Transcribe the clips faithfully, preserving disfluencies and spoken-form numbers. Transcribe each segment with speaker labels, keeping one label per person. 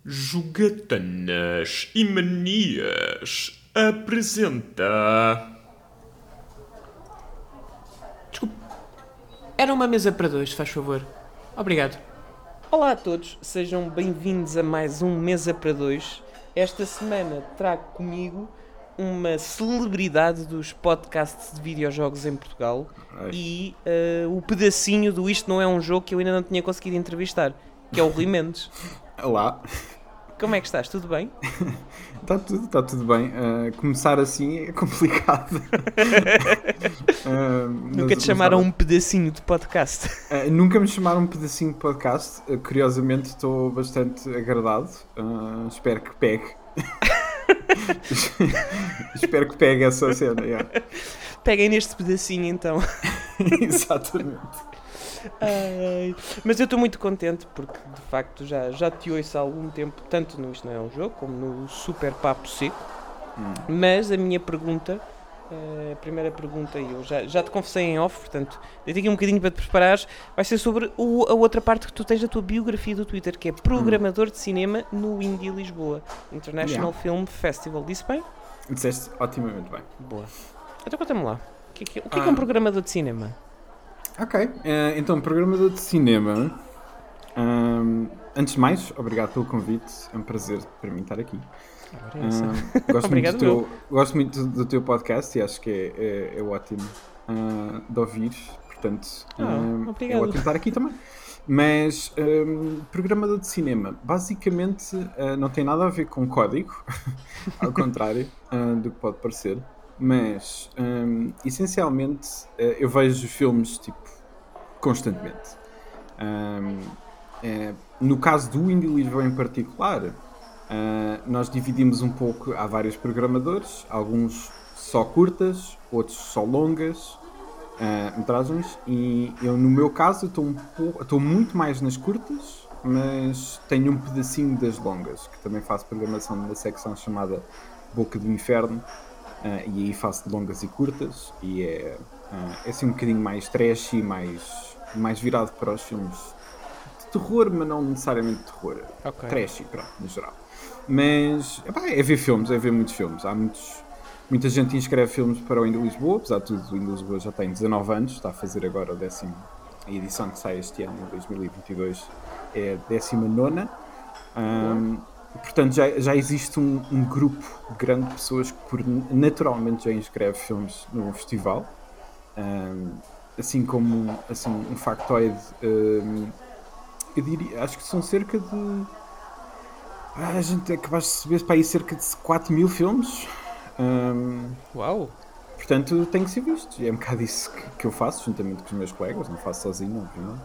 Speaker 1: Jogatanas e Manias apresenta.
Speaker 2: Desculpe, era uma mesa para dois, se faz favor. Obrigado.
Speaker 3: Olá a todos, sejam bem-vindos a mais um Mesa para Dois. Esta semana trago comigo uma celebridade dos podcasts de videojogos em Portugal.
Speaker 4: Ai.
Speaker 3: E uh, o pedacinho do Isto Não É Um Jogo que eu ainda não tinha conseguido entrevistar, que é o Rui Mendes.
Speaker 4: Olá,
Speaker 3: Como é que estás? Tudo bem?
Speaker 4: está tudo, tá tudo bem. Uh, começar assim é complicado. uh,
Speaker 3: Nunca te chamaram um pedacinho de podcast?
Speaker 4: Uh, nunca me chamaram um pedacinho de podcast. Uh, curiosamente estou bastante agradado. Uh, espero que pegue. Espero que pegue essa cena. Yeah.
Speaker 3: Peguem neste pedacinho então.
Speaker 4: Exatamente.
Speaker 3: Ai, mas eu estou muito contente porque de facto já, já te ouço há algum tempo, tanto no Isto Não É Um Jogo como no Super Papo Seco.
Speaker 4: Hum.
Speaker 3: Mas a minha pergunta, a primeira pergunta, e eu já, já te confessei em off, portanto dei-te aqui um bocadinho para te preparares, vai ser sobre o, a outra parte que tu tens da tua biografia do Twitter, que é programador de cinema no Indie Lisboa International
Speaker 4: Yeah.
Speaker 3: Film Festival. Disse bem?
Speaker 4: Disseste otimamente bem.
Speaker 3: Boa. Então conta-me lá, o que é, que é, o que é,
Speaker 4: Ah.
Speaker 3: que é um programador de cinema?
Speaker 4: Ok, uh, então, programador de cinema. Um, antes de mais, obrigado pelo convite. É um prazer para mim estar aqui.
Speaker 3: Agora é essa.
Speaker 4: Um, gosto,
Speaker 3: Obrigado,
Speaker 4: muito do teu, gosto muito do teu podcast e acho que é, é, é ótimo uh, de ouvir. Portanto,
Speaker 3: Ah,
Speaker 4: um, é
Speaker 3: obrigado.
Speaker 4: ótimo estar aqui também. Mas, um, programador de cinema, basicamente uh, não tem nada a ver com código, ao contrário uh, do que pode parecer. Mas, um, essencialmente, uh, eu vejo filmes tipo constantemente. Um, é, no caso do Indie Lisboa em particular, uh, nós dividimos um pouco. Há vários programadores, alguns só curtas, outros só longas uh, metragens, e eu, no meu caso, estou um pouco, estou muito mais nas curtas, mas tenho um pedacinho das longas, que também faço programação numa secção chamada Boca do Inferno. Uh, e aí faço de longas e curtas, e é, uh, é assim um bocadinho mais trash e mais, mais virado para os filmes de terror, mas não necessariamente de terror.
Speaker 3: Ok.
Speaker 4: Trashy, pronto, no geral. Mas epá, é ver filmes, é ver muitos filmes. Há muitos, muita gente inscreve filmes para o Indie Lisboa, apesar de tudo, o Indie Lisboa já tem dezanove anos, está a fazer agora o décimo, a edição que sai este ano, em dois mil e vinte e dois, é a décima nona. Um, Portanto, já, já existe um, um grupo grande de pessoas que por, naturalmente já inscreve filmes no festival. Um, assim como assim, um factoide, um, eu diria, acho que são cerca de. Ah, a gente acabaste de saber para aí cerca de quatro mil filmes. Um,
Speaker 3: Uau!
Speaker 4: portanto, tem que ser visto. E é um bocado isso que, que eu faço, juntamente com os meus colegas, não faço sozinho, obviamente.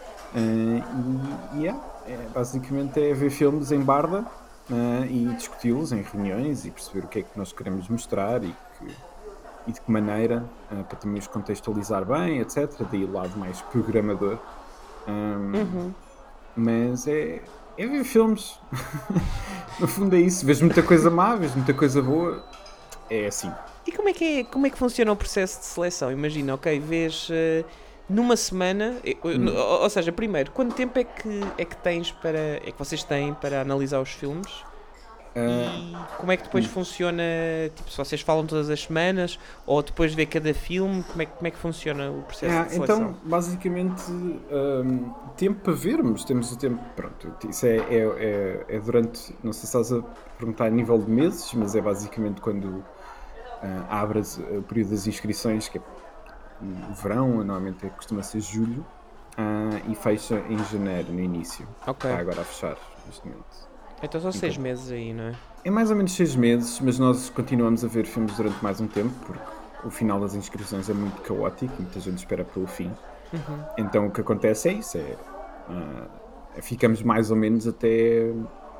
Speaker 4: Uh, e yeah, é, basicamente é ver filmes em barda uh, e discuti-los em reuniões e perceber o que é que nós queremos mostrar e, que, e de que maneira, uh, para também os contextualizar bem, etcétera. Daí o lado mais programador. Um,
Speaker 3: Uhum.
Speaker 4: Mas é, é ver filmes. No fundo é isso. Vejo muita coisa má, vejo muita coisa boa. É assim.
Speaker 3: E como é que é, como é que funciona o processo de seleção? Imagina, ok, vês uh, numa semana, eh,
Speaker 4: Hum.
Speaker 3: ou, ou seja, primeiro, quanto tempo é que, é que tens para, é que vocês têm para analisar os filmes?
Speaker 4: Uh,
Speaker 3: E como é que depois
Speaker 4: hum.
Speaker 3: funciona, tipo, se vocês falam todas as semanas, ou depois de ver cada filme, como é, que- como é que funciona o processo
Speaker 4: Ah,
Speaker 3: de seleção?
Speaker 4: então, basicamente, hum, tempo para vermos, temos o tempo, pronto, isso é, é, é, é durante, não sei se estás a perguntar a nível de meses, mas é basicamente quando ah, abre as- o período das inscrições, que é o verão, normalmente é- costuma ser julho, ah, e fecha em janeiro, no início.
Speaker 3: Ok,
Speaker 4: Está agora a fechar, neste momento.
Speaker 3: então são seis
Speaker 4: Então.
Speaker 3: meses aí, não é?
Speaker 4: É mais ou menos seis meses, mas nós continuamos a ver filmes durante mais um tempo, porque o final das inscrições é muito caótico, muita gente espera pelo fim.
Speaker 3: Uhum.
Speaker 4: Então o que acontece é isso, é, ah, ficamos mais ou menos até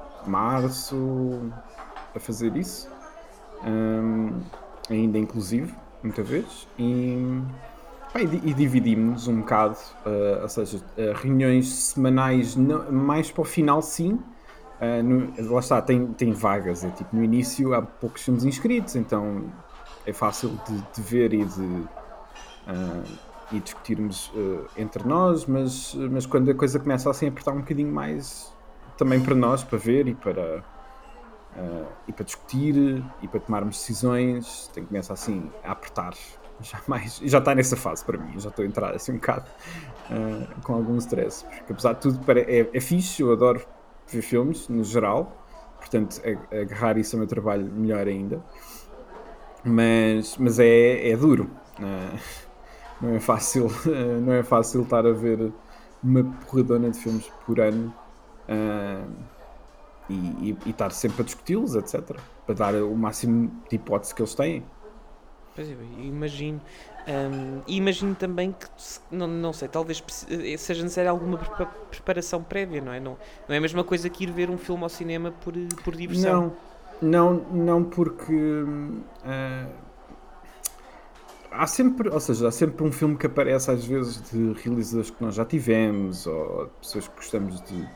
Speaker 4: março a fazer isso, Ahm, ainda inclusive, muitas vezes, e, pá, e, di- e dividimos um bocado, ah, ou seja, ah, reuniões semanais não- mais para o final sim. Ah, no- lá está, tem, tem vagas, é tipo, no início há poucos filmes inscritos, então é fácil de, de ver e de ah, e discutirmos ah, entre nós, mas, mas quando a coisa começa assim a apertar um bocadinho mais, também para nós, para ver e para, uh, e para discutir e para tomarmos decisões, tem começa assim a apertar. Já, mais, já está nessa fase para mim, já estou a entrar assim um bocado uh, com algum stress, porque apesar de tudo é, é fixe, eu adoro ver filmes no geral, portanto agarrar isso ao meu trabalho melhor ainda, mas, mas é, é duro, uh, não é fácil, uh, não é fácil estar a ver uma porradona de filmes por ano uh, e, e, e estar sempre a discuti-los, etcétera, para dar o máximo de hipótese que eles têm.
Speaker 3: Pois é, imagino. Um, e imagino também que, não, não sei, talvez seja necessária alguma preparação prévia, não é? Não, não é a mesma coisa que ir ver um filme ao cinema por, por diversão.
Speaker 4: Não, não, não porque uh, há sempre, ou seja, há sempre um filme que aparece às vezes de realizadores que nós já tivemos ou de pessoas que gostamos de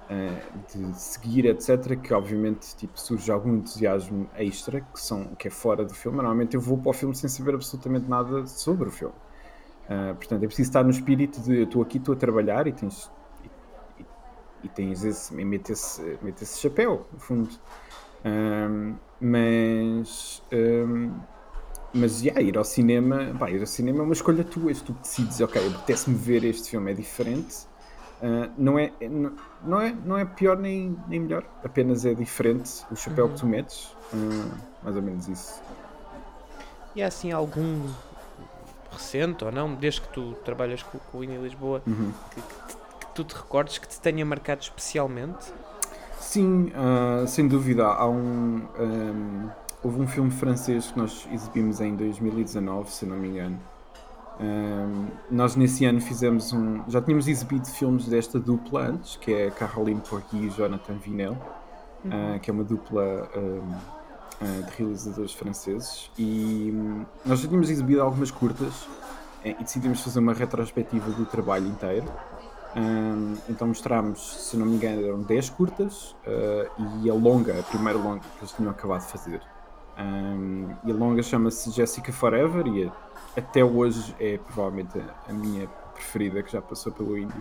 Speaker 4: de seguir, etcétera, que obviamente tipo, surge algum entusiasmo extra que, são, que é fora do filme. Normalmente eu vou para o filme sem saber absolutamente nada sobre o filme, uh, portanto é preciso estar no espírito de eu estou aqui, estou a trabalhar e tens e, e, e tens esse, mete esse, mete esse chapéu no fundo, um, mas um, mas yeah, ir ao cinema, pá, ir ao cinema é uma escolha tua, és tu que decides, ok, apetece-me ver este filme, é diferente. Uh, não, é, não, não, é, não é pior nem, nem melhor, apenas é diferente o chapéu uhum. que tu metes, uh, mais ou menos isso.
Speaker 3: E há assim algum recente ou não, desde que tu trabalhas com, com o Ine Lisboa,
Speaker 4: uhum.
Speaker 3: que, que, que tu te recordes que te tenha marcado especialmente?
Speaker 4: Sim, uh, sem dúvida. Há um, um, houve um filme francês que nós exibimos em dois mil e dezanove, se não me engano. Um, nós nesse ano fizemos um... Já tínhamos exibido filmes desta dupla antes, que é Caroline Porgy e Jonathan Vinel, uhum. uh, que é uma dupla um, uh, de realizadores franceses, e um, nós já tínhamos exibido algumas curtas uh, e decidimos fazer uma retrospectiva do trabalho inteiro. Um, então mostrámos, se não me engano, eram dez curtas uh, e a longa, a primeira longa que eles tinham acabado de fazer. Um, e a longa chama-se Jessica Forever e a até hoje é provavelmente a, a minha preferida que já passou pelo Indie.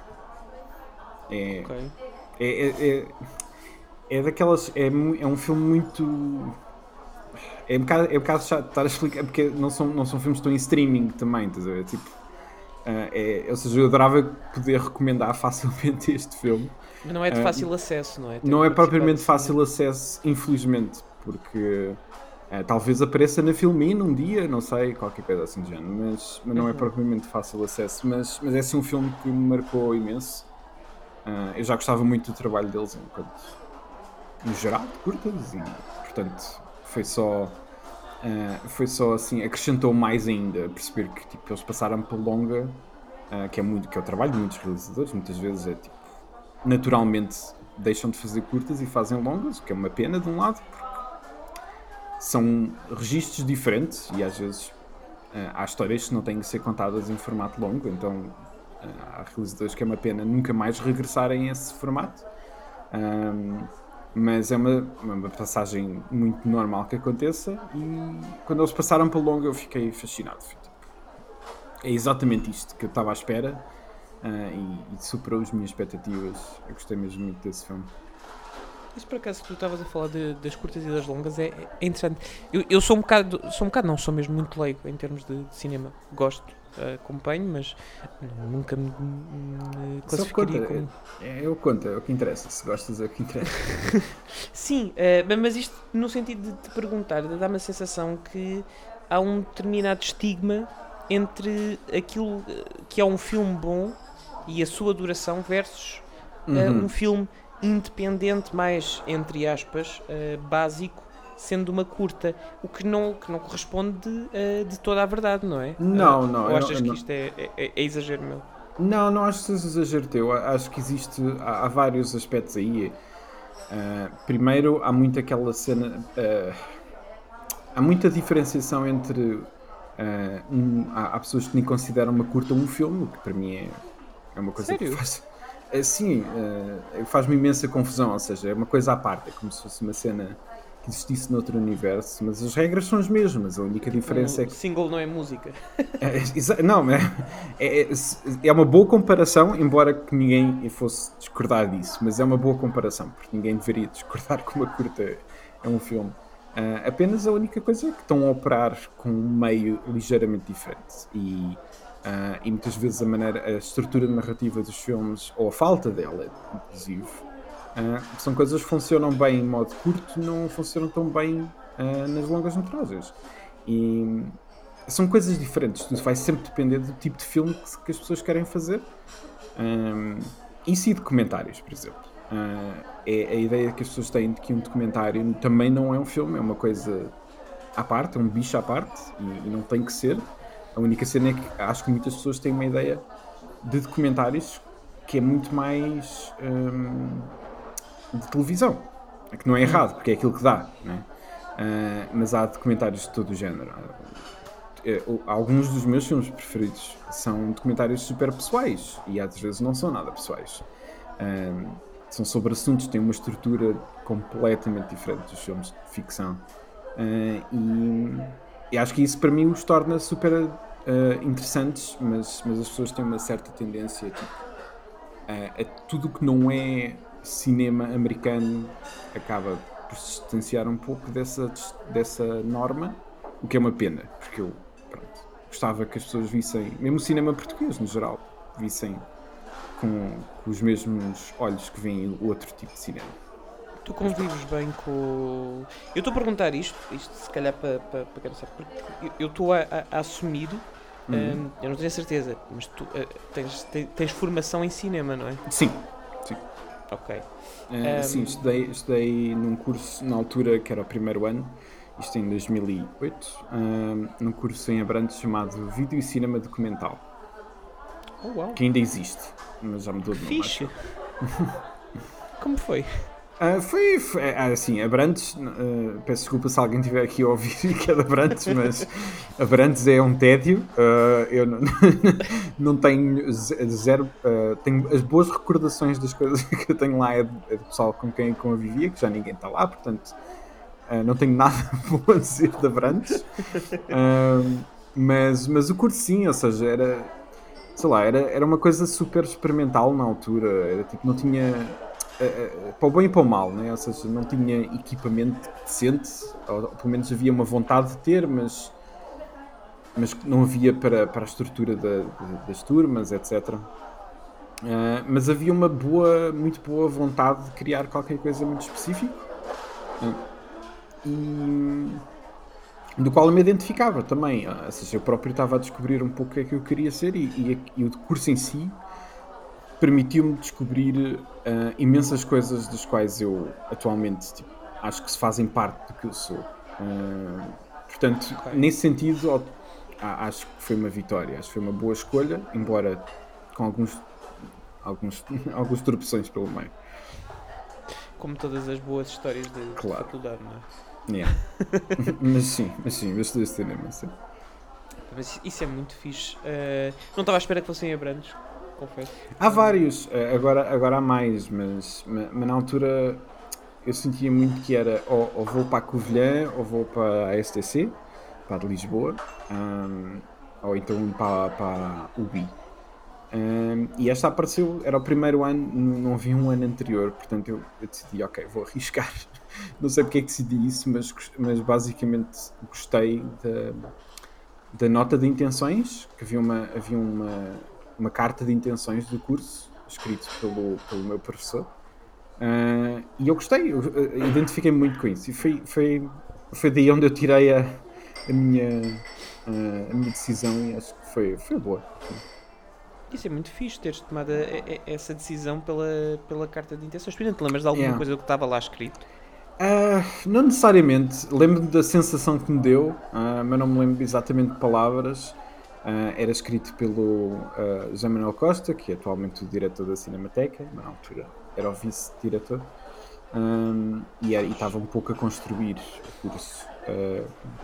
Speaker 4: É,
Speaker 3: okay.
Speaker 4: é, é, é, é daquelas. É, é um filme muito. É um bocado, é um bocado chato estar a explicar, porque não são, não são filmes que estão em streaming também, estás a ver? Tipo, uh, é, ou seja, eu adorava poder recomendar facilmente este filme.
Speaker 3: Mas não é de fácil uh, acesso, não é?
Speaker 4: Tem não é propriamente de fácil acesso, infelizmente, porque. Uh, talvez apareça na Filmin um dia, não sei, qualquer coisa assim do género, mas, mas não uhum. é propriamente fácil acesso, mas, mas é assim um filme que me marcou imenso. Uh, eu já gostava muito do trabalho deles enquanto, no geral, de curtas, e portanto foi só, uh, foi só assim, acrescentou mais ainda, perceber que tipo, eles passaram pela longa, uh, que, é muito, que é o trabalho de muitos realizadores, muitas vezes é tipo, naturalmente deixam de fazer curtas e fazem longas, o que é uma pena de um lado, porque são registros diferentes e às vezes uh, há histórias que não têm que ser contadas em formato longo, então uh, há realizadores que é uma pena nunca mais regressarem a esse formato, um, mas é uma, uma passagem muito normal que aconteça, e quando eles passaram para longo eu fiquei fascinado. É exatamente isto que eu estava à espera, uh, e, e superou as minhas expectativas. Eu gostei mesmo muito desse filme.
Speaker 3: Isso por acaso que tu estavas a falar de, das curtas e das longas é, é interessante. Eu, eu sou um bocado, sou um bocado não, sou mesmo muito leigo em termos de, de cinema. Gosto, uh, acompanho, mas não, nunca me, me classificaria
Speaker 4: conta,
Speaker 3: como...
Speaker 4: É, é o conta, é o que interessa, se gostas é o que interessa.
Speaker 3: Sim, uh, mas isto no sentido de te perguntar, de dar-me a sensação que há um determinado estigma entre aquilo que é um filme bom e a sua duração versus uh,
Speaker 4: uhum.
Speaker 3: um filme independente, mais, entre aspas, uh, básico, sendo uma curta, o que não, que não corresponde de, uh, de toda a verdade, não é?
Speaker 4: Não,
Speaker 3: uh,
Speaker 4: não.
Speaker 3: Ou achas
Speaker 4: não,
Speaker 3: que
Speaker 4: não.
Speaker 3: isto é, é, é exagero meu?
Speaker 4: Não, não acho que seja exagero teu. Acho que existe, há, há vários aspectos aí. Uh, primeiro, há muito aquela cena, uh, há muita diferenciação entre, uh, um, há, há pessoas que nem consideram uma curta um filme, o que para mim é, é uma coisa
Speaker 3: Sério?
Speaker 4: que faz... Sim, uh, faz-me imensa confusão, ou seja, é uma coisa à parte, é como se fosse uma cena que existisse noutro universo, mas as regras são as mesmas, a única diferença
Speaker 3: Um
Speaker 4: é que...
Speaker 3: single não é música.
Speaker 4: É, exa- não, é, é, é uma boa comparação, embora que ninguém fosse discordar disso, mas é uma boa comparação, porque ninguém deveria discordar que uma curta é um filme. Uh, apenas a única coisa é que estão a operar com um meio ligeiramente diferente e, uh, e muitas vezes a maneira, a estrutura narrativa dos filmes, ou a falta dela, inclusive, uh, são coisas que funcionam bem em modo curto, não funcionam tão bem uh, nas longas metragens. E são coisas diferentes, tudo vai sempre depender do tipo de filme que, que as pessoas querem fazer. Um, isso e documentários, por exemplo. Uh, é a ideia que as pessoas têm de que um documentário também não é um filme, é uma coisa à parte, é um bicho à parte e, e não tem que ser. A única cena é que acho que muitas pessoas têm uma ideia de documentários que é muito mais um, de televisão, que não é errado, porque é aquilo que dá, não é? Uh, mas há documentários de todo o género. Uh, alguns dos meus filmes preferidos são documentários super pessoais e às vezes não são nada pessoais. Uh, são sobre assuntos que têm uma estrutura completamente diferente dos filmes de ficção. Uh, e, e acho que isso para mim os torna super uh, interessantes, mas, mas as pessoas têm uma certa tendência tipo, uh, a tudo que não é cinema americano acaba por se distanciar um pouco dessa, dessa norma, o que é uma pena, porque eu pronto, gostava que as pessoas vissem, mesmo o cinema português no geral, vissem com, com os mesmos olhos que veem o outro tipo de cinema.
Speaker 3: Tu convives bem com... Eu estou a perguntar isto, isto se calhar para pa, pa quem não sabe, porque eu estou a, a, a assumir,
Speaker 4: Uhum.
Speaker 3: um, eu não tenho a certeza, mas tu uh, tens, tens, tens formação em cinema, não é?
Speaker 4: Sim, sim.
Speaker 3: Ok.
Speaker 4: Uh,
Speaker 3: Um,
Speaker 4: sim, estudei, estudei num curso na altura que era o primeiro ano, isto em dois mil e oito, uh, num curso em Abrantes chamado Vídeo e Cinema Documental,
Speaker 3: Oh, uau.
Speaker 4: que ainda existe, mas já mudou de nome.
Speaker 3: Fixe.
Speaker 4: acho.
Speaker 3: Como foi?
Speaker 4: Uh, foi, foi ah, assim, Abrantes, uh, peço desculpa se alguém estiver aqui a ouvir que é de Abrantes, mas Abrantes é um tédio, uh, eu não, não tenho zero, uh, tenho as boas recordações das coisas que eu tenho lá é do, é do pessoal com quem convivia, que já ninguém está lá, portanto uh, não tenho nada bom a dizer de Abrantes, uh, mas, mas o curso sim, ou seja, era, sei lá, era, era uma coisa super experimental na altura, era tipo, não tinha... Uh, uh, para o bem e para o mal, né? Ou seja, não tinha equipamento decente, ou, ou pelo menos havia uma vontade de ter, mas, mas não havia para, para a estrutura da, de, das turmas, etcétera. Uh, mas havia uma boa, muito boa vontade de criar qualquer coisa muito específico, uh, e do qual eu me identificava também. Uh, ou seja, eu próprio estava a descobrir um pouco o que é que eu queria ser e, e, e o curso em si permitiu-me descobrir uh, imensas coisas das quais eu atualmente tipo, acho que se fazem parte do que eu sou. Uh, portanto,
Speaker 3: Okay.
Speaker 4: nesse sentido, ó, a- acho que foi uma vitória, acho que foi uma boa escolha, embora com alguns, alguns, alguns tropeções pelo meio.
Speaker 3: Como todas as boas histórias de, de
Speaker 4: Claro.
Speaker 3: faculdade, não é?
Speaker 4: Yeah. mas sim, mas sim, eu estudei cinema, sim.
Speaker 3: Mas isso é muito fixe. Uh, não estava à espera que fossem Abrantes, confesso.
Speaker 4: Há vários, eh, agora, agora há mais, mas, ma- mas na altura eu sentia muito que era ou, ou vou para a Covilhã ou vou para a S T C, para a de Lisboa, ahm, ou então para, para a U B I. Ahm, e esta apareceu, era o primeiro ano, n- não havia um ano anterior, portanto eu, eu decidi, ok, vou arriscar. Não sei porque é que decidi isso, mas, gos- mas basicamente gostei da, da nota de intenções, que havia uma, havia uma, uma carta de intenções do curso, escrito pelo, pelo meu professor. Ah, e eu gostei, eu, eh, identifiquei-me muito com isso. E foi, foi, foi daí onde eu tirei a, a, minha, ah, a minha decisão e acho que foi, foi boa.
Speaker 3: Isso é muito fixe, teres tomado a- a- essa decisão pela, pela carta de intenções. Tu ainda te lembras de alguma
Speaker 4: Yeah.
Speaker 3: coisa do que estava lá escrito?
Speaker 4: Ah, não necessariamente, lembro-me da sensação que me deu, ah, mas não me lembro exatamente de palavras. Ah, era escrito pelo ah, José Manuel Costa, que é atualmente o diretor da Cinemateca, mas na altura era o vice-diretor, Ahm, e era- e estava um pouco a construir o curso. Ah,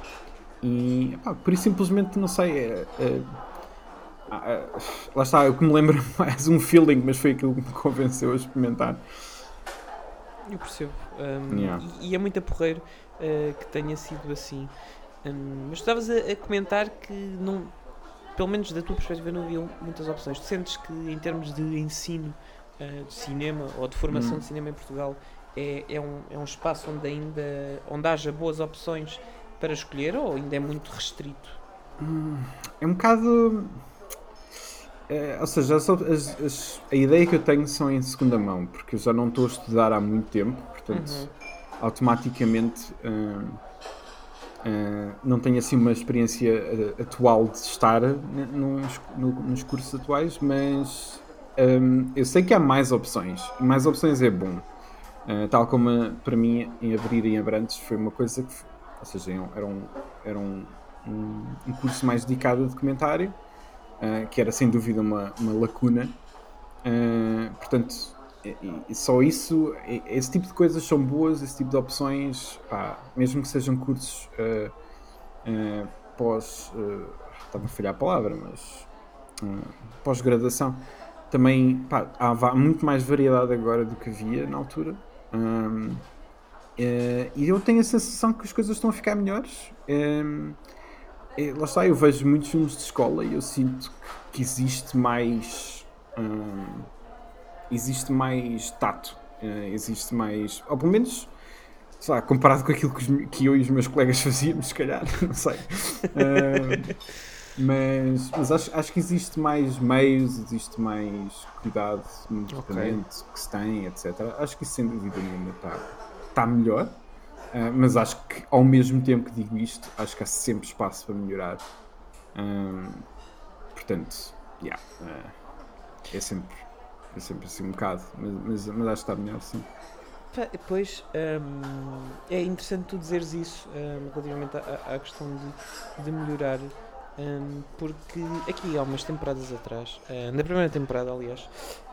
Speaker 4: e epá, por isso simplesmente não sei. é- é- ah, ah, lá está, o que me lembra mais um feeling, mas foi aquilo que me convenceu a experimentar.
Speaker 3: Eu percebo. Um,
Speaker 4: Yeah.
Speaker 3: e, e é muito aporreiro uh, que tenha sido assim. Um, mas estavas a, a comentar que, não, pelo menos da tua perspectiva, não havia muitas opções. Tu sentes que, em termos de ensino uh, de cinema ou de formação
Speaker 4: Hum.
Speaker 3: de cinema em Portugal, é, é, um, é um espaço onde ainda onde haja boas opções para escolher ou ainda é muito restrito?
Speaker 4: É um bocado. É, ou seja, as- as- as- a ideia que eu tenho são em segunda mão, porque eu já não estou a estudar há muito tempo, portanto,
Speaker 3: Uhum.
Speaker 4: automaticamente hum, hum, não tenho assim uma experiência eh, atual de estar ne- nos, no- nos cursos atuais, mas hum, eu sei que há mais opções, e mais opções é bom. Uh, tal como uh, para mim em Abrir e em Abrantes foi uma coisa que, f- ou seja, era um, era um, um, um curso mais dedicado a documentário, uh, que era sem dúvida uma, uma lacuna. Uh, portanto, e, e só isso, e- esse tipo de coisas são boas, esse tipo de opções, pá, mesmo que sejam cursos uh, uh, pós. Uh, estava a falhar a palavra, mas uh, pós-graduação. Também pá, há, há muito mais variedade agora do que havia na altura. Um, eh, e eu tenho a sensação que as coisas estão a ficar melhores. Um, eh, lá está, eu vejo muitos filmes de escola e eu sinto que existe mais. um, existe mais tato. eh, existe mais. Ou pelo menos, sei lá, comparado com aquilo que, os me- que eu e os meus colegas fazíamos, se calhar, não sei. Um, mas mas acho, acho que existe mais meios, existe mais cuidado no tratamento que se tem, etcétera. Acho que isso, sem dúvida nenhuma, está tá melhor. Uh, mas acho que, ao mesmo tempo que digo isto, acho que há sempre espaço para melhorar. Um, portanto, yeah, uh, é, sempre, é sempre assim um bocado. Mas, mas, mas acho que está melhor, sim.
Speaker 3: Pá, Pois, hum, é interessante tu dizeres isso hum, relativamente à, à questão de, de melhorar, hum, porque aqui há umas temporadas atrás, hum, na primeira temporada, aliás,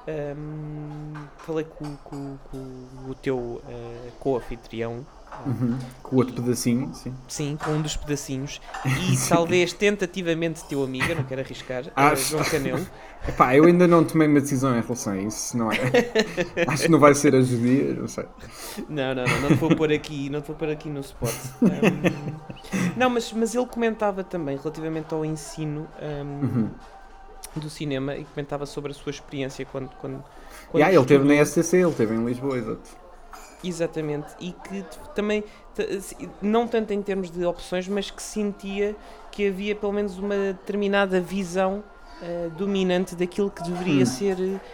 Speaker 3: hum, falei com, com- com o teu eh, co-anfitrião, hum,
Speaker 4: Uhum. Com o outro pedacinho, sim.
Speaker 3: sim, com um dos pedacinhos, e
Speaker 4: Sim.
Speaker 3: talvez tentativamente teu amigo, eu não quero arriscar, eh,
Speaker 4: Ah,
Speaker 3: João Canelo.
Speaker 4: Epá, eu ainda não tomei uma decisão em relação a isso, não é? Acho que não vai ser hoje o dia, não sei.
Speaker 3: Não, não, não, não te vou pôr aqui, não te vou pôr aqui no spot. Hum, não, mas, mas ele comentava também relativamente ao ensino hum,
Speaker 4: Uhum.
Speaker 3: do cinema e comentava sobre a sua experiência quando. quando, quando
Speaker 4: Yeah, ele esteve na
Speaker 3: estudou.
Speaker 4: S T C, ele esteve em Lisboa, exato.
Speaker 3: Exatamente, e que t- também, t- se- não tanto em termos de opções, mas que sentia que havia pelo menos uma determinada visão ah, dominante daquilo que deveria
Speaker 4: Hum.
Speaker 3: ser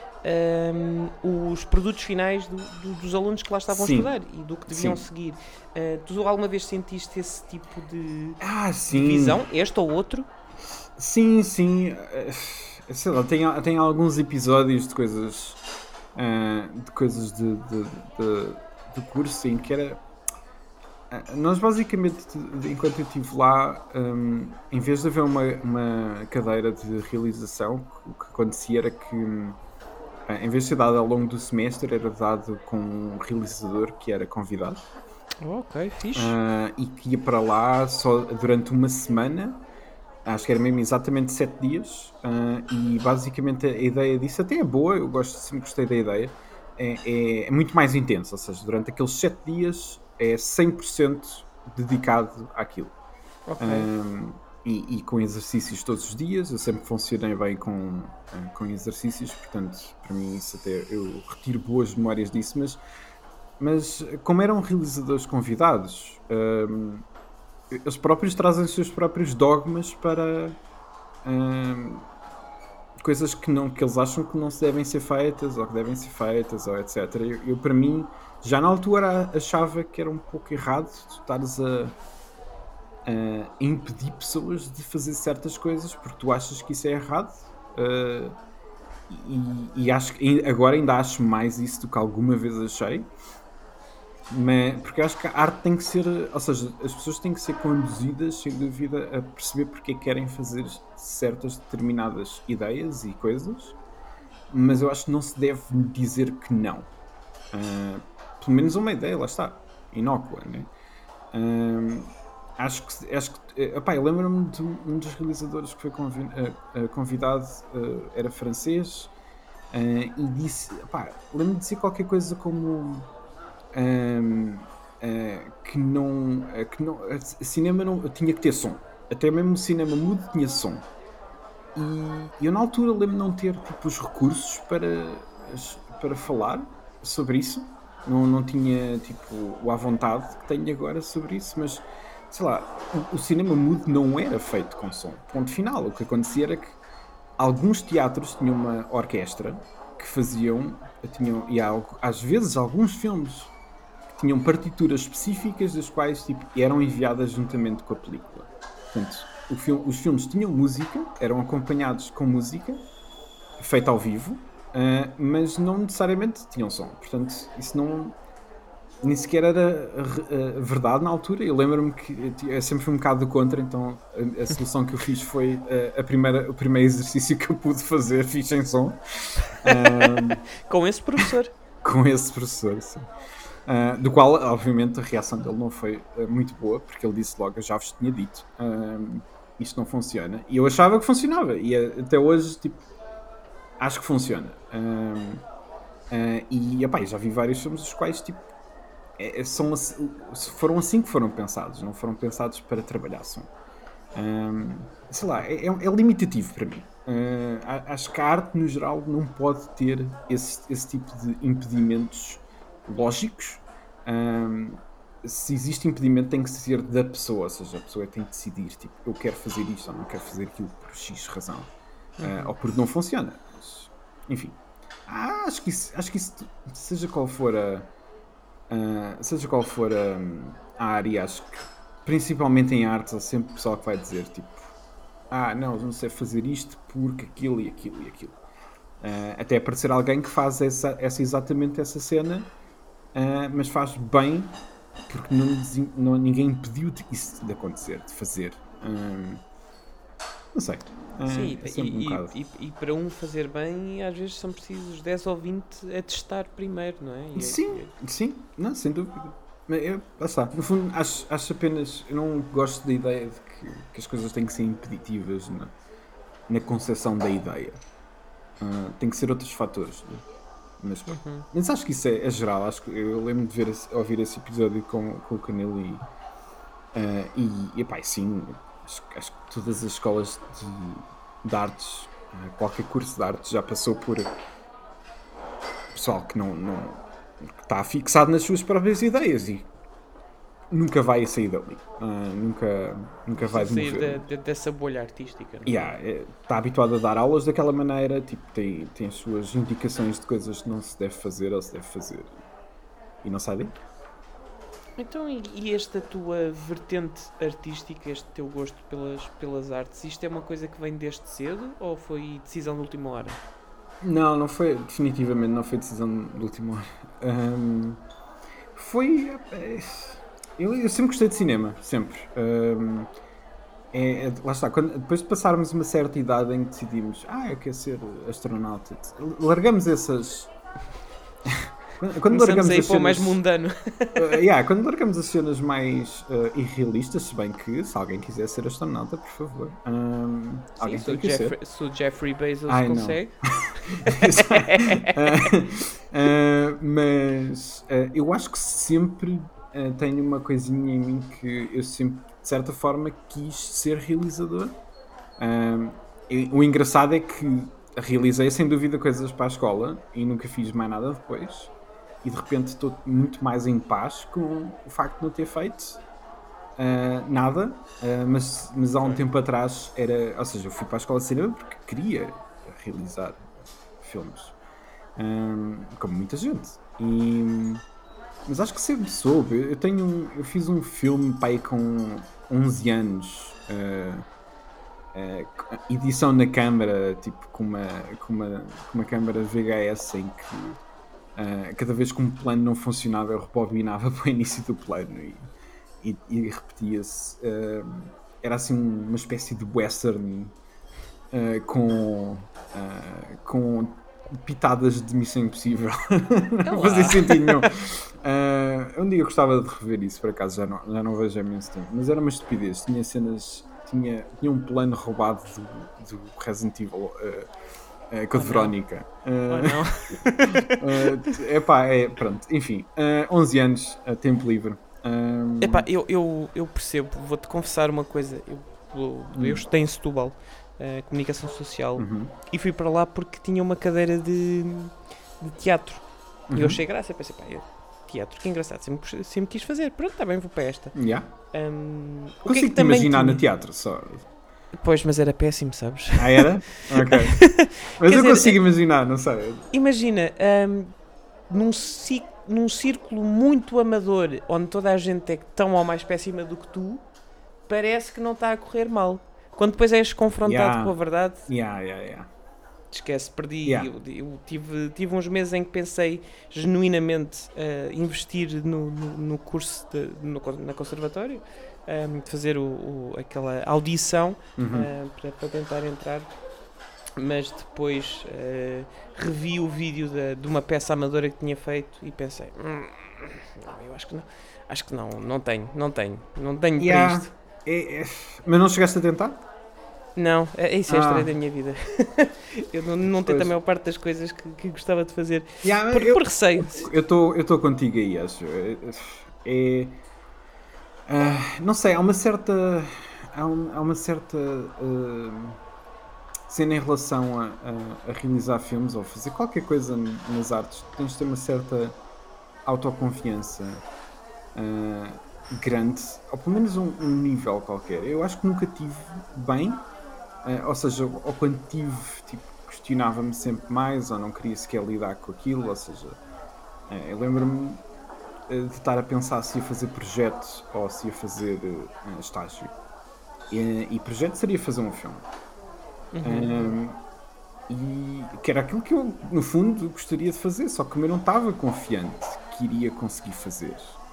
Speaker 3: ahm, os produtos finais do- do- dos alunos que lá estavam
Speaker 4: Sim.
Speaker 3: a estudar e do que deviam
Speaker 4: Sim.
Speaker 3: seguir. Ah, tu alguma vez sentiste esse tipo de,
Speaker 4: Ah,
Speaker 3: de
Speaker 4: sim.
Speaker 3: visão, este ou outro?
Speaker 4: Sim, sim. eh, Sei lá, tem, tem alguns episódios de coisas. ah, de coisas de, de, de- do curso em que era. ah, Nós basicamente, de- enquanto eu estive lá, hum, em vez de haver uma, uma cadeira de realização, o que acontecia era que, hum, ah, em vez de ser dado ao longo do semestre, era dado com um realizador que era convidado.
Speaker 3: Ok, fixe.
Speaker 4: Ah, e que ia para lá só durante uma semana, acho que era mesmo exatamente sete dias, ah, e basicamente a ideia disso até é boa, eu gosto, sempre gostei da ideia, é, é, é muito mais intenso, ou seja, durante aqueles sete dias é cem por cento dedicado àquilo.
Speaker 3: Ok.
Speaker 4: Um, e, e com exercícios todos os dias, eu sempre funcionei bem com, ah, com exercícios, portanto, para mim isso até, eu retiro boas memórias disso, mas, mas como eram realizadores convidados, um, eles próprios trazem os seus próprios dogmas para um, coisas que, não, que eles acham que não se devem ser feitas, ou que devem ser feitas, ou etcétera. Eu, eu, para mim, já na altura achava que era um pouco errado tu estares a, a impedir pessoas de fazer certas coisas porque tu achas que isso é errado. Uh, e, e acho que agora ainda acho mais isso do que alguma vez achei. Mas, porque eu acho que a arte tem que ser, ou seja, as pessoas têm que ser conduzidas, sem dúvida, a perceber porque é que querem fazer certas determinadas ideias e coisas, mas eu acho que não se deve dizer que não. Uh, pelo menos uma ideia, lá está, inócua, né? Uh, acho que, acho que epá, eu lembro-me de um, um dos realizadores que foi convi uh, uh, convidado, uh, era francês, uh, e disse, epá, lembro-me de dizer qualquer coisa como. hum, uh, que não. Uh, que não uh, cinema não, tinha que ter som. Até mesmo o cinema mudo tinha som. E eu na altura lembro de não ter tipo, os recursos para, para falar sobre isso. Não, não tinha tipo o à vontade que tenho agora sobre isso, mas sei lá, o, o cinema mudo não era feito com som. Ponto final. O que acontecia era que alguns teatros tinham uma orquestra que faziam, tinham, e há, às vezes alguns filmes que tinham partituras específicas das quais tipo, eram enviadas juntamente com a película. Portanto, o filme, os filmes tinham música, eram acompanhados com música, feita ao vivo, uh, mas não necessariamente tinham som. Portanto, isso não nem sequer era uh, verdade na altura. Eu lembro-me que eu sempre fui um bocado do contra, então a, a solução que eu fiz foi uh, a primeira, o primeiro exercício que eu pude fazer, fiz sem som. Uh,
Speaker 3: com esse professor.
Speaker 4: Com esse professor, sim. Uh, do qual, obviamente, a reação dele não foi uh, muito boa, porque ele disse logo, eu já vos tinha dito, uh, isto não funciona. E eu achava que funcionava, e uh, até hoje, tipo, acho que funciona. Uh, uh, e, epá, já vi vários filmes dos quais, tipo, é, são, foram assim que foram pensados, não foram pensados para trabalhar som. Uh, sei lá, é, é limitativo para mim. Uh, acho que a arte, no geral, não pode ter esse, esse tipo de impedimentos lógicos. Um, se existe impedimento tem que ser da pessoa, ou seja, a pessoa tem que decidir, tipo, eu quero fazer isto ou não quero fazer aquilo por X razão, uhum. uh, ou porque não funciona. Mas, enfim, ah, acho que isso, acho que isso, seja qual for a uh, seja qual for a, a área, acho que principalmente em artes há sempre o pessoal que vai dizer tipo, ah não, não sei fazer isto porque aquilo e aquilo e aquilo, uh, até aparecer alguém que faz essa, essa exatamente essa cena. Uh, mas faz bem porque não, não, ninguém impediu de, isso de acontecer, de fazer. Um, não sei. Uh,
Speaker 3: Sim,
Speaker 4: é
Speaker 3: e,
Speaker 4: um
Speaker 3: e, e, e para um fazer bem, às vezes são precisos dez ou vinte a testar primeiro, não é? E
Speaker 4: sim,
Speaker 3: é...
Speaker 4: sim, não, sem dúvida. Mas eu, lá está. No fundo, acho, acho apenas. Eu não gosto da ideia de que, que as coisas têm que ser impeditivas na, na concepção da ideia. Uh, tem que ser outros fatores. Né? Mas, uhum. mas acho que isso é, é geral. Acho que eu lembro de ver esse, ouvir esse episódio com, com o Canelo e, uh, e, e epá, sim, acho, acho que todas as escolas de, de artes, uh, qualquer curso de artes já passou por pessoal que não, não que está fixado nas suas próprias ideias e nunca vai sair dali, uh, nunca, nunca vai
Speaker 3: sair
Speaker 4: mover.
Speaker 3: De, de, dessa bolha artística. Não é?
Speaker 4: Yeah, é, está habituado a dar aulas daquela maneira, tipo, tem, tem as suas indicações de coisas que não se deve fazer ou se deve fazer e não sai daí.
Speaker 3: Então, e, e esta tua vertente artística, este teu gosto pelas, pelas artes, isto é uma coisa que vem desde cedo ou foi decisão de última hora?
Speaker 4: Não, não foi, definitivamente não foi decisão de última hora. Um, foi... É, Eu, eu sempre gostei de cinema, sempre. Um, é, é, lá está, quando, depois de passarmos uma certa idade em que decidimos, ah, eu quero ser astronauta, largamos essas. quando, quando largamos
Speaker 3: aí
Speaker 4: as
Speaker 3: para o
Speaker 4: cenas,
Speaker 3: mais mundano.
Speaker 4: uh, yeah, quando largamos as cenas mais uh, irrealistas, se bem que se alguém quiser ser astronauta, por favor, um,
Speaker 3: Sim,
Speaker 4: alguém
Speaker 3: se,
Speaker 4: tem
Speaker 3: o
Speaker 4: que
Speaker 3: Jeffrey,
Speaker 4: ser.
Speaker 3: se o Jeffrey Bezos
Speaker 4: Ai,
Speaker 3: consegue.
Speaker 4: uh, uh, mas uh, eu acho que sempre. Uh, tenho uma coisinha em mim que eu sempre, de certa forma, quis ser realizador. Uh, e, o engraçado é que realizei, sem dúvida, coisas para a escola e nunca fiz mais nada depois. E, de repente, estou muito mais em paz com o facto de não ter feito uh, nada. Uh, mas, mas há um tempo atrás, era, ou seja, eu fui para a escola de cinema porque queria realizar filmes. Uh, como muita gente. E... Mas acho que sempre soube. Eu tenho um, eu fiz um filme pai com onze anos, uh, uh, edição na câmara, tipo com uma, com uma, com uma câmara V H S em que uh, cada vez que um plano não funcionava eu rebobinava para o início do plano e, e, e repetia-se. Uh, era assim uma espécie de western uh, com, uh, com pitadas de Missão Impossível. Não fazia sentido nenhum. Uh, um dia eu gostava de rever isso, por acaso já não, já não vejo há imenso tempo, mas era uma estupidez. Tinha cenas, tinha, tinha um plano roubado do, do Resident Evil uh, uh, com a
Speaker 3: Oh, não.
Speaker 4: Verónica.
Speaker 3: Oh,
Speaker 4: Uh,
Speaker 3: não.
Speaker 4: uh, epá, é, pronto, enfim, uh, onze anos, uh, tempo livre. Um,
Speaker 3: Epá, eu, eu, eu percebo, vou-te confessar uma coisa. Eu, eu, eu
Speaker 4: Hum.
Speaker 3: estudei em Setúbal, uh, comunicação social,
Speaker 4: uhum,
Speaker 3: e fui para lá porque tinha uma cadeira de, de teatro. E
Speaker 4: uhum.
Speaker 3: eu achei graça, eu pensei, pá, eu, teatro, que engraçado, sempre, sempre quis fazer. Pronto, está bem, vou para esta.
Speaker 4: Yeah.
Speaker 3: Um, o que é que
Speaker 4: Consigo-te
Speaker 3: também
Speaker 4: imaginar
Speaker 3: tinha?
Speaker 4: no teatro só.
Speaker 3: Pois, mas era péssimo, sabes?
Speaker 4: Ah, era? Ok. Mas
Speaker 3: Quer
Speaker 4: eu
Speaker 3: dizer,
Speaker 4: consigo imaginar, não sei.
Speaker 3: Imagina, um, num, ci- num círculo muito amador, onde toda a gente é tão ou mais péssima do que tu, parece que não está a correr mal. Quando depois és confrontado
Speaker 4: Yeah.
Speaker 3: com a verdade,
Speaker 4: Yeah, yeah, yeah.
Speaker 3: esquece, perdi.
Speaker 4: Yeah.
Speaker 3: Eu, eu tive, tive uns meses em que pensei genuinamente uh, investir no, no, no curso de, no, na conservatório, um, de fazer o, o- aquela audição
Speaker 4: Uhum.
Speaker 3: uh, para, para tentar entrar. Mas depois uh, revi o vídeo da- de uma peça amadora que tinha feito e pensei, "Hum, não, eu acho que não, acho que não, não tenho, não tenho, não tenho
Speaker 4: Yeah.
Speaker 3: para isto.
Speaker 4: É- é- Mas não chegaste a tentar?
Speaker 3: Não, é, isso é a
Speaker 4: Ah.
Speaker 3: história da minha vida. Eu não, não tento
Speaker 4: Pois.
Speaker 3: a maior parte das coisas que, que gostava de fazer,
Speaker 4: Yeah,
Speaker 3: por,
Speaker 4: eu
Speaker 3: por receio.
Speaker 4: eu estou contigo aí, acho. É. é- ah, não sei, há uma certa. Há, um- há uma certa. ah, cena em relação a, a- a realizar filmes ou fazer qualquer coisa nas artes. Tens de ter uma certa autoconfiança ah, grande, ou pelo menos um, um nível qualquer. Eu acho que nunca tive bem, ah, ou seja, ou quando tive, tipo, questionava-me sempre mais, ou não queria sequer lidar com aquilo, ou seja, ah, eu lembro-me ah, de estar a pensar se ia fazer projeto ou se ia fazer ah, estágio. E, e projeto seria fazer um filme.
Speaker 3: Uhum.
Speaker 4: Um, e que era aquilo que eu, no fundo, gostaria de fazer, só que eu não estava confiante que iria conseguir fazer.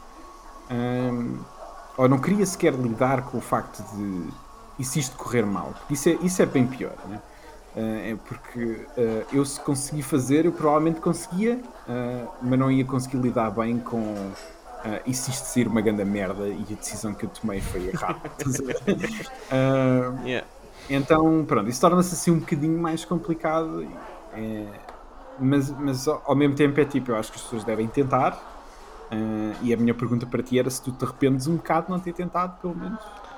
Speaker 4: Um, ou não queria sequer lidar com o facto de e se isto correr mal, porque isso é, isso é bem pior, né? Uh, é porque uh, eu se conseguir fazer, eu provavelmente conseguia, uh, mas não ia conseguir lidar bem com uh, e se isto sair uma grande merda e a decisão que eu tomei foi errada. Estás a ver? Uh,
Speaker 3: Yeah.
Speaker 4: Então, pronto, isso torna-se assim um bocadinho mais complicado, é, mas, mas ao ao mesmo tempo é tipo, eu acho que as pessoas devem tentar, ah, e a minha pergunta para ti era se tu te arrependes um bocado de não ter tentado, pelo menos.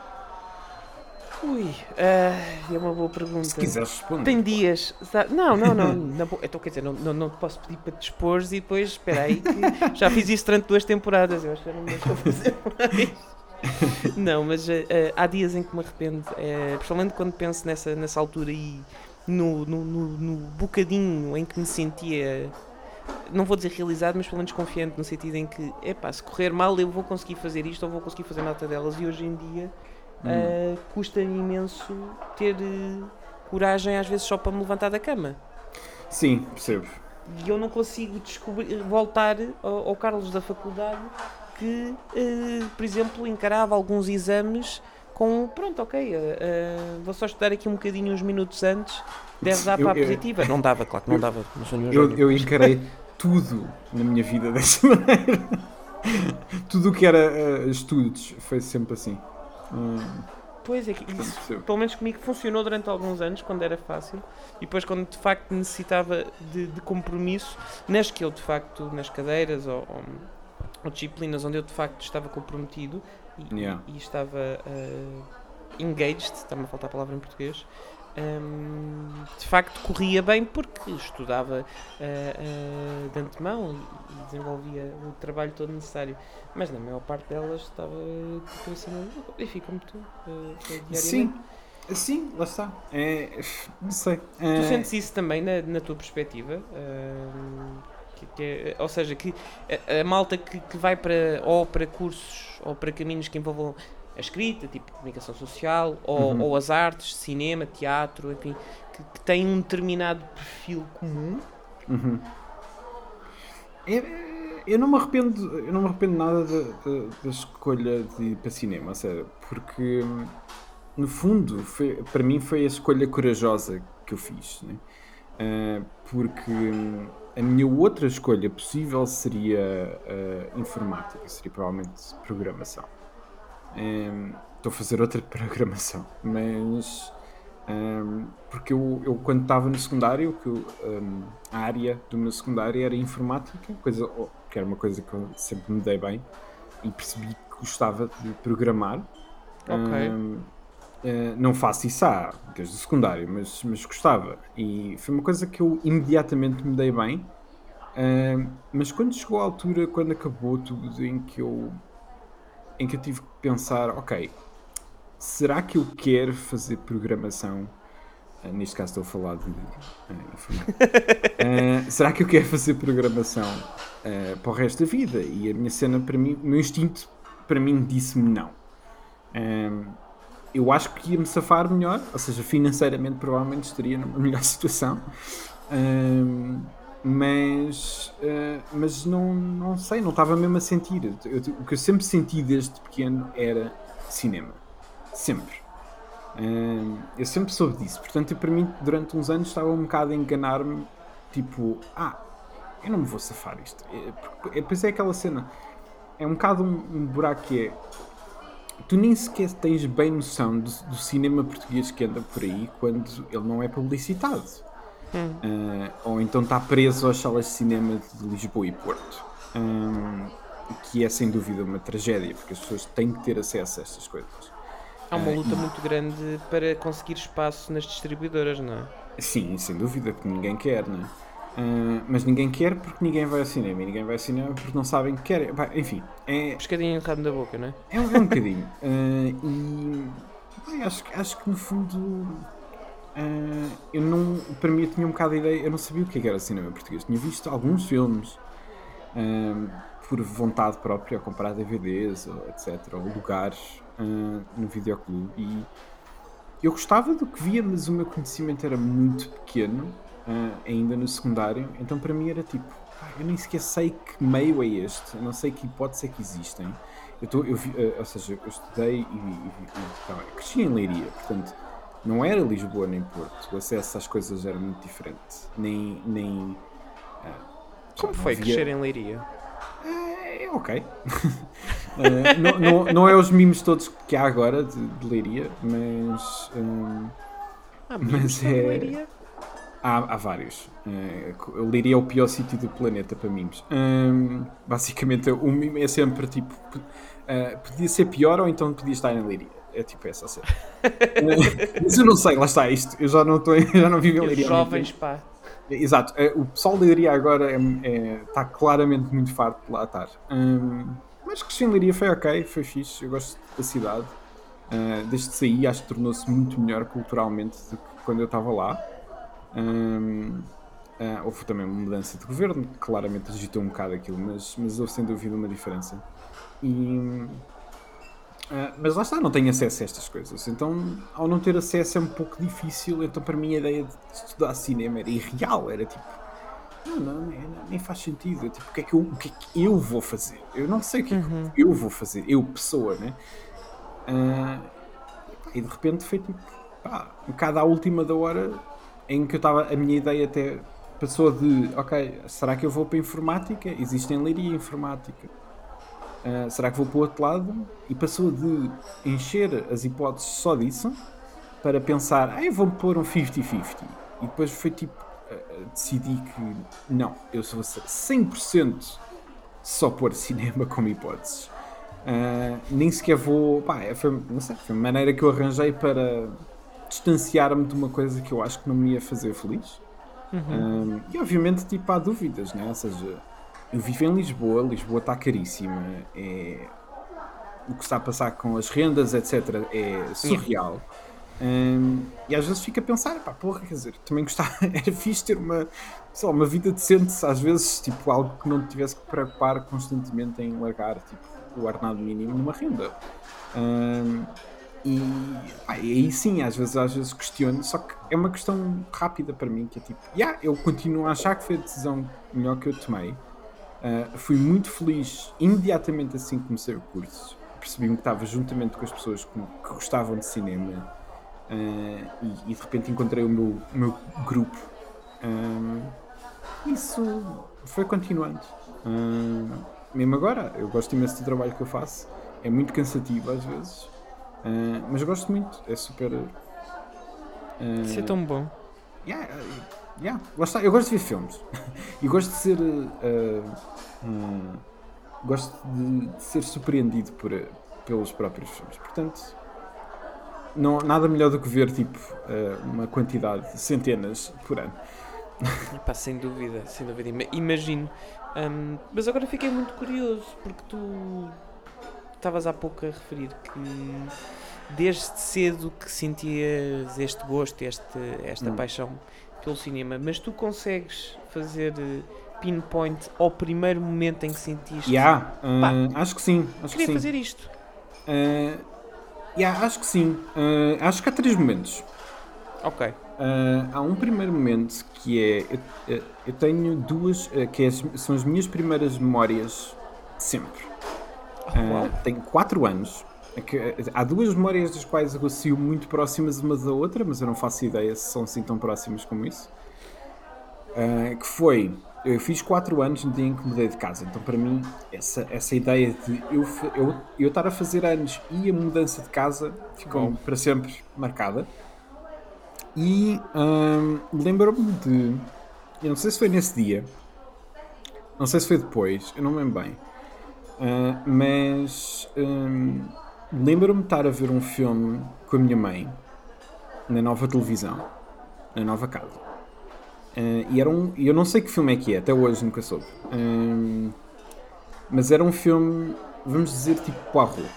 Speaker 3: Ui, ah, é uma boa pergunta.
Speaker 4: Se quiseres responder.
Speaker 3: Tem dias, sabe? Não, não, não, na boa, então quer dizer, não, não, não te posso pedir para te expores e depois, espera aí, que já fiz isso durante duas temporadas, eu acho que já não me deixo fazer mais. Não, mas uh, uh, há dias em que me arrependo, uh, principalmente quando penso nessa, nessa altura e no, no, no, no bocadinho em que me sentia, não vou dizer realizado, mas pelo menos confiante, no sentido em que, epá, se correr mal eu vou conseguir fazer isto ou vou conseguir fazer nota delas, e hoje em dia uh, custa-me imenso ter uh, coragem às vezes só para me levantar da cama.
Speaker 4: Sim, percebo.
Speaker 3: E eu não consigo descobrir, voltar ao, ao Carlos da faculdade que, uh, por exemplo, encarava alguns exames com, pronto, ok, uh, uh, vou só estudar aqui um bocadinho uns minutos antes, deve dar
Speaker 4: Eu-
Speaker 3: para a
Speaker 4: eu-
Speaker 3: positiva. Não dava, claro que não dava, não sou nenhum
Speaker 4: Eu,
Speaker 3: gênio.
Speaker 4: eu encarei tudo na minha vida dessa maneira. Tudo o que era ah, estudos foi sempre assim. Hum,
Speaker 3: Pois é, que isso,
Speaker 4: percebo.
Speaker 3: pelo menos comigo funcionou durante alguns anos, quando era fácil, e depois quando de facto necessitava de, de compromisso, nas que eu de facto, nas cadeiras ou, ou, ou disciplinas onde eu de facto estava comprometido e,
Speaker 4: Yeah.
Speaker 3: e estava uh, engaged, está-me a faltar a palavra em português, um, de facto corria bem porque estudava uh, uh, de antemão e, e desenvolvia o trabalho todo necessário. Mas na maior parte delas estava tipo assim, e fica muito uh, diariamente.
Speaker 4: Sim, sim, lá está. É, não sei.
Speaker 3: Tu
Speaker 4: É,
Speaker 3: sentes isso também na, na tua perspectiva? Uh, que, que é- ou seja, que a, a malta que, que vai para, ou para cursos ou para caminhos que envolvam a escrita, tipo comunicação social, ou,
Speaker 4: Uhum.
Speaker 3: ou as artes, cinema, teatro, enfim, que, que têm um determinado perfil comum.
Speaker 4: Uhum. Eu, eu não me arrependo, eu não me arrependo nada da, da- da escolha de ir para cinema, a sério, porque hum, no fundo foi- para mim foi a escolha corajosa que eu fiz, né? Ah, porque hum, a minha outra escolha possível seria ah, informática, seria provavelmente programação. Hum, Estou a fazer outra programação, mas Um, porque eu, eu quando estava no secundário, que eu, um, a área do meu secundário era informática, coisa, oh, que era uma coisa que eu sempre me dei bem e percebi que gostava de programar.
Speaker 3: Ok.
Speaker 4: Um, uh, não faço isso há, desde o secundário, mas, mas gostava. E foi uma coisa que eu imediatamente me dei bem. Um, mas quando chegou a altura, quando acabou tudo, em que eu, em que eu tive que pensar, ok, será que eu quero fazer programação? Uh, neste caso estou a falar de uh, informática. Uh, será que eu quero fazer programação uh, para o resto da vida? E a minha cena, para mim, o meu instinto, para mim, disse-me não. Um, eu acho que ia-me safar melhor, ou seja, financeiramente provavelmente estaria numa melhor situação. Um, mas uh, mas não, não sei, não estava mesmo a sentir. Eu, o que eu sempre senti desde pequeno era cinema. Sempre. Um, eu sempre soube disso. Portanto, eu, para mim, durante uns anos estava um bocado a enganar-me. Tipo, ah, eu não me vou safar isto. É, porque, é, depois é aquela cena. É um bocado um, um buraco que é. Tu nem sequer tens bem noção do, do cinema português que anda por aí quando ele não é publicitado. Hum. Uh, ou então está preso às salas de cinema de Lisboa e Porto. Um, que é sem dúvida uma tragédia, porque as pessoas têm que ter acesso a estas coisas.
Speaker 3: Há uma
Speaker 4: Uh,
Speaker 3: luta
Speaker 4: e-
Speaker 3: muito grande para conseguir espaço nas distribuidoras, não é?
Speaker 4: Sim, sem dúvida, que ninguém quer, não é? Uh, mas ninguém quer porque ninguém vai ao cinema. E ninguém vai ao cinema porque não sabem que querem. Pá, enfim, é,
Speaker 3: Pescadinho no rabo da boca, não é?
Speaker 4: é, um- é um bocadinho. Uh, e pá, acho, que- acho que no fundo. Uh, eu não, para mim eu tinha um bocado de ideia, eu não sabia o que era cinema português. Tinha visto alguns filmes um, por vontade própria, a comprar D V Ds, ou etcétera, ou lugares uh, no videoclube. E eu gostava do que via, mas o meu conhecimento era muito pequeno, uh, ainda no secundário. Então para mim era tipo, pá, eu nem sequer sei que meio é este, eu não sei que hipóteses é que existem. Eu, tô, eu vi, uh, ou seja, eu estudei e, e, e tá bem, cresci em Leiria, portanto. Não era Lisboa nem Porto, o acesso às coisas era muito diferente. Nem. nem ah,
Speaker 3: Como
Speaker 4: não
Speaker 3: foi
Speaker 4: havia-
Speaker 3: crescer em Leiria?
Speaker 4: É ok. Ah, não, não, não é os mimos todos que há agora de, de Leiria, mas. hum,
Speaker 3: Ah,
Speaker 4: Mas
Speaker 3: mas
Speaker 4: é-
Speaker 3: é... Leiria?
Speaker 4: há, há vários. Uh, Leiria é o pior sítio do planeta para mimos. Hum, basicamente, o mimo é sempre tipo. Uh, podia ser pior ou então podia estar em Leiria. É tipo essa a cena. Uh, mas eu não sei, lá está isto. Eu já não, estou, já não vivo em
Speaker 3: Os
Speaker 4: Leiria. há muito
Speaker 3: jovens,
Speaker 4: tempo.
Speaker 3: pá.
Speaker 4: Exato. Uh, o pessoal de Leiria agora é, é, está claramente muito farto de lá estar. Hum, mas cresci em Leiria foi ok, foi fixe. Eu gosto da cidade. Uh, desde que saí, acho que tornou-se muito melhor culturalmente do que quando eu estava lá. Um, uh, houve também uma mudança de governo, que claramente agitou um bocado aquilo, mas, mas houve sem dúvida uma diferença. E, uh, mas lá está, não tenho acesso a estas coisas. Então, ao não ter acesso é um pouco difícil. Então, para mim, a ideia de estudar cinema era irreal. Era tipo, não, não, nem, nem faz sentido. Tipo, o que, é que eu, o que é que eu vou fazer? Eu não sei o que é que eu vou fazer. Eu, pessoa, né? Uh, e de repente foi tipo, pá, um bocado à última da hora em que eu estava, a minha ideia até passou de, ok, será que eu vou para a informática? Existe em Leiria informática. Uh, será que vou para o outro lado? E passou de encher as hipóteses só disso para pensar, ah, eu vou pôr um cinquenta cinquenta. E depois foi tipo, uh, decidi que não, eu sou cem por cento só pôr cinema como hipóteses. Uh, nem sequer vou. Pá, foi, não sei, foi uma maneira que eu arranjei para distanciar-me de uma coisa que eu acho que não me ia fazer feliz. Um, e obviamente, tipo, há dúvidas, né? Ou seja, eu vivo em Lisboa, Lisboa está caríssima, é... o que está a passar com as rendas, etcétera, é surreal. Um, e às vezes fico a pensar, pá, porra, quer dizer, também gostava, era fixe ter uma, sei lá, uma vida decente, às vezes, tipo, algo que não te tivesse que preocupar constantemente em largar, tipo, o ordenado mínimo numa renda. Um, e, pá, e aí sim, às vezes, às vezes questiono, só que é uma questão rápida para mim, que é tipo, yeah, eu continuo a achar que foi a decisão melhor que eu tomei. Uh, fui muito feliz imediatamente assim que comecei o curso. Percebi-me que estava juntamente com as pessoas que, que gostavam de cinema. Uh, e, e de repente encontrei o meu, o meu grupo. Um, isso foi continuando. Um, mesmo agora, eu gosto imenso do trabalho que eu faço. É muito cansativo às vezes, uh, mas gosto muito. É super. Uh,
Speaker 3: Isso é tão bom.
Speaker 4: Yeah, yeah. Lá está. Eu gosto de ver filmes. E gosto de ser. Uh, hum, gosto de, de ser surpreendido por, pelos próprios filmes. Portanto, não, nada melhor do que ver tipo, uh, uma quantidade de centenas por ano.
Speaker 3: Pá, sem dúvida, sem dúvida. Ima- Imagino. Hum, mas agora fiquei muito curioso, porque tu estavas há pouco a referir que desde cedo que sentias este gosto, este, esta
Speaker 4: Hum.
Speaker 3: paixão pelo cinema, mas tu consegues fazer eh, pinpoint ao primeiro momento em que sentiste
Speaker 4: Yeah, uh,
Speaker 3: Pá,
Speaker 4: acho que sim. Acho que
Speaker 3: queria
Speaker 4: sim.
Speaker 3: fazer isto?
Speaker 4: Uh, yeah, acho que sim. Uh, acho que há três momentos.
Speaker 3: Ok.
Speaker 4: Uh, há um primeiro momento que é. Eu, eu tenho duas. Uh, que é as- são as minhas primeiras memórias de sempre. Uh,
Speaker 3: Uau.
Speaker 4: tenho quatro anos. É que, uh, há duas memórias das quais eu consigo muito próximas umas da outra, mas eu não faço ideia se são assim tão próximas como isso. Uh, que foi. Eu fiz quatro anos no dia em que mudei de casa. Então, para mim, essa, essa ideia de eu, fa- eu, eu estar a fazer anos e a mudança de casa ficou
Speaker 3: Uau.
Speaker 4: para sempre marcada. E hum, lembro-me de. Eu não sei se foi nesse dia, não sei se foi depois, eu não me lembro bem. Ah, mas hum, lembro-me de estar a ver um filme com a minha mãe na nova televisão, na nova casa. Ah, e era um. Eu não sei que filme é que é, até hoje nunca soube. Hum, mas era um filme, vamos dizer, tipo Poirot.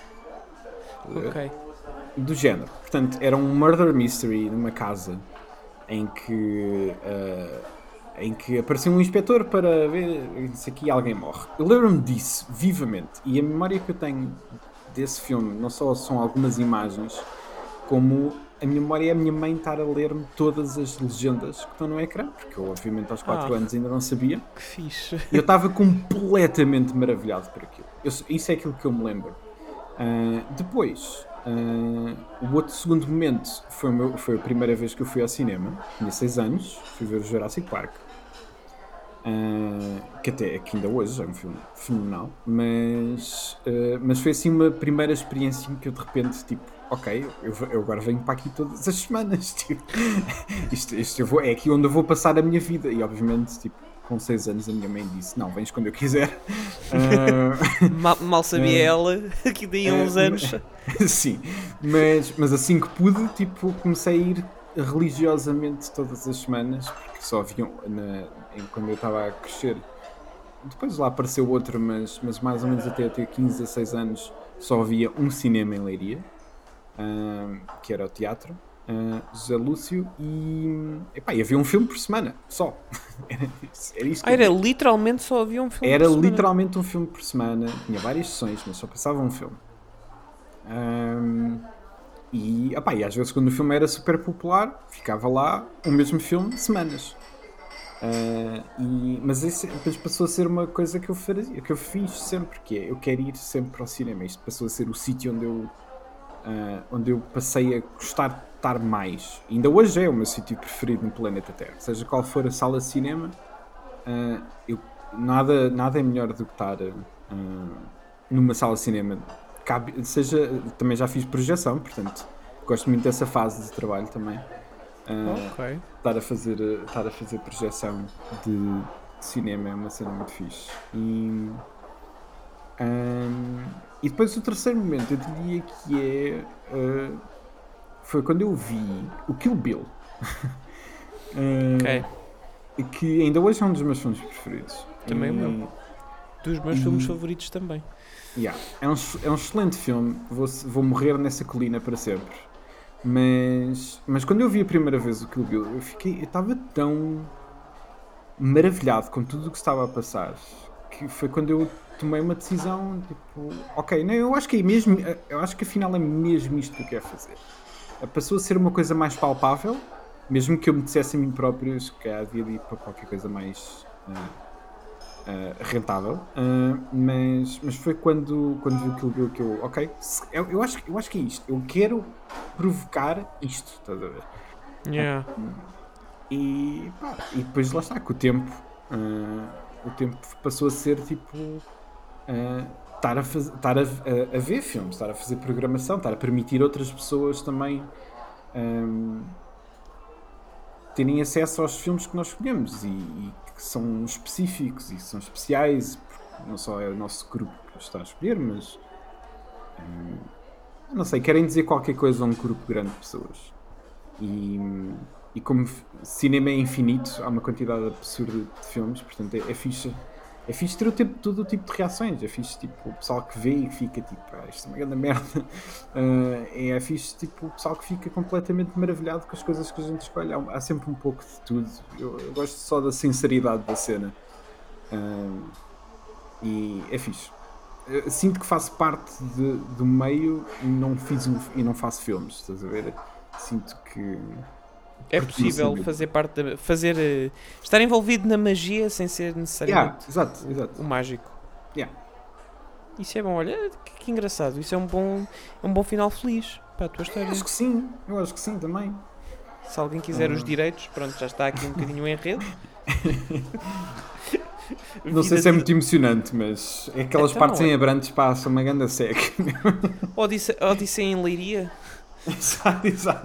Speaker 3: Ok.
Speaker 4: Do género. Portanto, era um murder mystery numa casa em que uh, em que apareceu um inspetor para ver se aqui alguém morre. Eu lembro-me disso vivamente, e a memória que eu tenho desse filme não só são algumas imagens, como a minha memória é a minha mãe estar a ler-me todas as legendas que estão no ecrã, porque eu obviamente aos quatro
Speaker 3: Ah.
Speaker 4: anos ainda não sabia.
Speaker 3: Que fixe.
Speaker 4: E eu estava completamente maravilhado por aquilo. Eu- isso é aquilo que eu me lembro. Ah, depois, ah, o outro segundo momento foi, o meu- foi a primeira vez que eu fui ao cinema. Tinha seis anos, fui ver o Jurassic Park. Ah, que até que ainda hoje é um filme fenomenal. Mas, ah, mas foi assim uma primeira experiência em que eu de repente, tipo, ok, eu, eu agora venho para aqui todas as semanas. Tipo, isto, isto eu vou, é aqui onde eu vou passar a minha vida. E obviamente, tipo, com seis anos a minha mãe disse, não, vens quando eu quiser. Ah,
Speaker 3: Mal, mal sabia
Speaker 4: É.
Speaker 3: ela que daí a uns
Speaker 4: É,
Speaker 3: anos.
Speaker 4: sim, mas, mas assim que pude, tipo, comecei a ir religiosamente todas as semanas, porque só haviam, na, em- quando eu estava a crescer, depois lá apareceu outro, mas, mas mais ou menos até eu ter quinze, dezesseis anos, só havia um cinema em Leiria, ah, que era o teatro, ah, José Lúcio, e, epá, e havia um filme por semana, só. Era isso, era isso que
Speaker 3: Ah, era
Speaker 4: havia.
Speaker 3: literalmente só havia um filme
Speaker 4: Era
Speaker 3: por semana.
Speaker 4: literalmente um filme por semana, tinha várias sessões, mas só passava um filme. Ahm, e, opá, e às vezes quando o filme era super popular, ficava lá o mesmo filme semanas. Ah, e, mas isso depois passou a ser uma coisa que eu, fazia, que eu fiz sempre, que é eu quero ir sempre ao cinema. Isto passou a ser o sítio onde eu, ah, onde eu passei a gostar de estar mais. E ainda hoje é o meu sítio preferido no planeta Terra. Seja qual for a sala de cinema, ah, eu, nada, nada é melhor do que estar ah, numa sala de cinema. Cabe- seja, também já fiz projeção, portanto gosto muito dessa fase de trabalho também. Ah,
Speaker 3: Ok.
Speaker 4: estar, a fazer, estar a fazer projeção de, de cinema é uma cena muito fixe. E, ahm, e depois o terceiro momento, eu diria que é. ah, foi quando eu vi o Kill Bill. Ah,
Speaker 3: Ok.
Speaker 4: que ainda hoje é um dos meus filmes preferidos.
Speaker 3: Também o
Speaker 4: E-
Speaker 3: meu. Dos meus
Speaker 4: E-
Speaker 3: filmes favoritos também.
Speaker 4: Yeah, é, um, é um excelente filme. Vou, vou morrer nessa colina para sempre. Mas, mas quando eu vi a primeira vez o Kill Bill, eu fiquei, eu estava tão maravilhado com tudo o que estava a passar que foi quando eu tomei uma decisão tipo, ok, não, eu acho que é mesmo, eu acho que afinal é mesmo isto que eu quero fazer. Passou a ser uma coisa mais palpável, mesmo que eu me dissesse a mim próprio que havia de ir para qualquer coisa mais ah, Uh, rentável, uh, mas, mas foi quando, quando vi o Kill Bill que eu, ok, se- eu, eu, acho, eu acho que é isto, eu quero provocar isto, estás a ver?
Speaker 3: Yeah.
Speaker 4: E, pá, e depois lá está, com o tempo, uh, o tempo passou a ser tipo, uh, estar, a, faz, estar a, a, a ver filmes, estar a fazer programação, estar a permitir outras pessoas também um, terem acesso aos filmes que nós escolhemos e, e que são específicos e são especiais, porque não só é o nosso grupo que está a escolher, mas hum, não sei, querem dizer qualquer coisa a um grupo grande de pessoas. E, e como f- cinema é infinito, há uma quantidade absurda de filmes, portanto é, é fixe. É fixe ter o tipo, todo o tipo de reações. É fixe tipo, o pessoal que vê e fica tipo, ah, isto é uma grande merda. Uh, é fixe tipo, o pessoal que fica completamente maravilhado com as coisas que a gente escolhe. Há, há sempre um pouco de tudo. Eu, eu gosto só da sinceridade da cena. Uh, e é fixe. Eu sinto que faço parte de, do meio e não, fiz um, e não faço filmes. Estás a ver? Sinto que.
Speaker 3: É possível fazer parte da, fazer uh, estar envolvido na magia sem ser necessariamente
Speaker 4: yeah, exato, exato.
Speaker 3: o mágico.
Speaker 4: Yeah.
Speaker 3: Isso é bom, olha, que, que engraçado. Isso é um bom, é um bom final feliz para a tua história.
Speaker 4: Eu acho que sim, eu acho que sim também.
Speaker 3: Se alguém quiser
Speaker 4: Ah.
Speaker 3: os direitos, pronto, já está aqui um bocadinho o enredo.
Speaker 4: Não sei
Speaker 3: Vida
Speaker 4: se é
Speaker 3: de-
Speaker 4: muito emocionante, mas é aquelas
Speaker 3: Então,
Speaker 4: partes
Speaker 3: é.
Speaker 4: em Abrantes passam uma ganda seca.
Speaker 3: Odisse- Odisseia em Leiria.
Speaker 4: Exato, exato.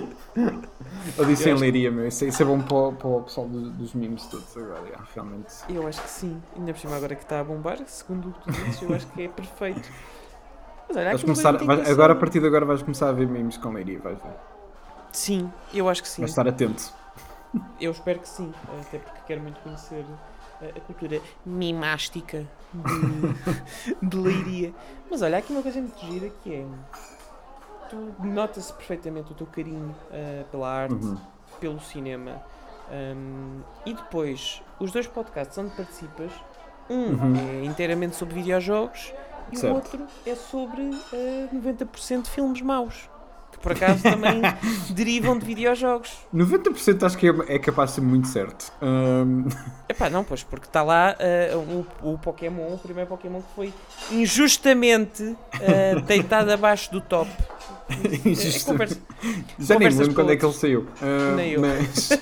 Speaker 4: Eu disse em Leiria, meu. Isso, é- isso é bom para, o- para o pessoal do- dos memes todos agora, yeah, realmente.
Speaker 3: Eu acho que sim. Ainda por cima agora que está a bombar, segundo o que tu dizes, eu acho que é perfeito. Mas olha, há
Speaker 4: Vais
Speaker 3: aqui uma
Speaker 4: começar,
Speaker 3: coisa
Speaker 4: vais-
Speaker 3: muito
Speaker 4: agora, a
Speaker 3: interessante.
Speaker 4: partir de agora, vais começar a ver memes com Leiria, vais ver.
Speaker 3: Sim, eu acho que sim.
Speaker 4: Vais estar atento.
Speaker 3: Eu espero que sim, até porque quero muito conhecer a, a cultura mimástica de, de Leiria. Mas olha, há aqui uma coisa muito gira que é. Tu nota-se perfeitamente o teu carinho ah, pela arte,
Speaker 4: Uhum.
Speaker 3: pelo cinema. Um, e depois, os dois podcasts onde participas, um
Speaker 4: Uhum.
Speaker 3: é inteiramente sobre videojogos e
Speaker 4: Certo.
Speaker 3: o outro é sobre ah, noventa por cento de filmes maus. Que por acaso também derivam de videojogos.
Speaker 4: noventa por cento acho que é, é capaz de ser muito certo. Ahm,
Speaker 3: Epá, não, pois, porque está lá ah, o, o Pokémon, o primeiro Pokémon que foi injustamente ah, deitado abaixo do top. É, é
Speaker 4: Injusto.
Speaker 3: conversa-
Speaker 4: Já nem me
Speaker 3: conversas
Speaker 4: lembro
Speaker 3: para
Speaker 4: quando é que ele
Speaker 3: outros.
Speaker 4: saiu. Ah,
Speaker 3: Nem eu.
Speaker 4: Mas,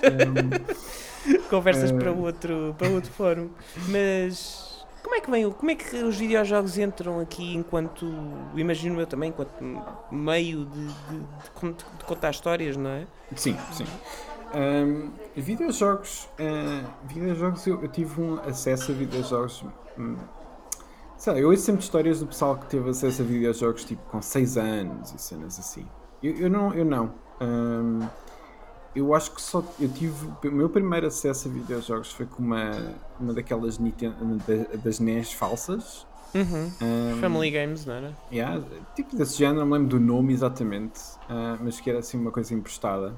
Speaker 4: ahm,
Speaker 3: Conversas
Speaker 4: Ah.
Speaker 3: para outro, para outro fórum. Mas como é que vem, o- como é que os videojogos entram aqui enquanto, imagino eu também, enquanto meio de, de, de cont- de contar histórias, não é?
Speaker 4: sim, sim. Ahm, videojogos, ah, videojogos eu, eu tive um acesso a videojogos. hum, sei lá, eu ouço sempre histórias do pessoal que teve acesso a videojogos tipo com seis anos e cenas assim. Eu, eu não, eu não. Ahm, eu acho que só eu tive o meu primeiro acesso a videojogos foi com uma, uma daquelas Nintendo, da- das N E S falsas.
Speaker 3: Uhum.
Speaker 4: Ahm,
Speaker 3: Family Games, não era?
Speaker 4: Yeah, tipo desse género, não me lembro do nome exatamente, ah, mas que era assim uma coisa emprestada,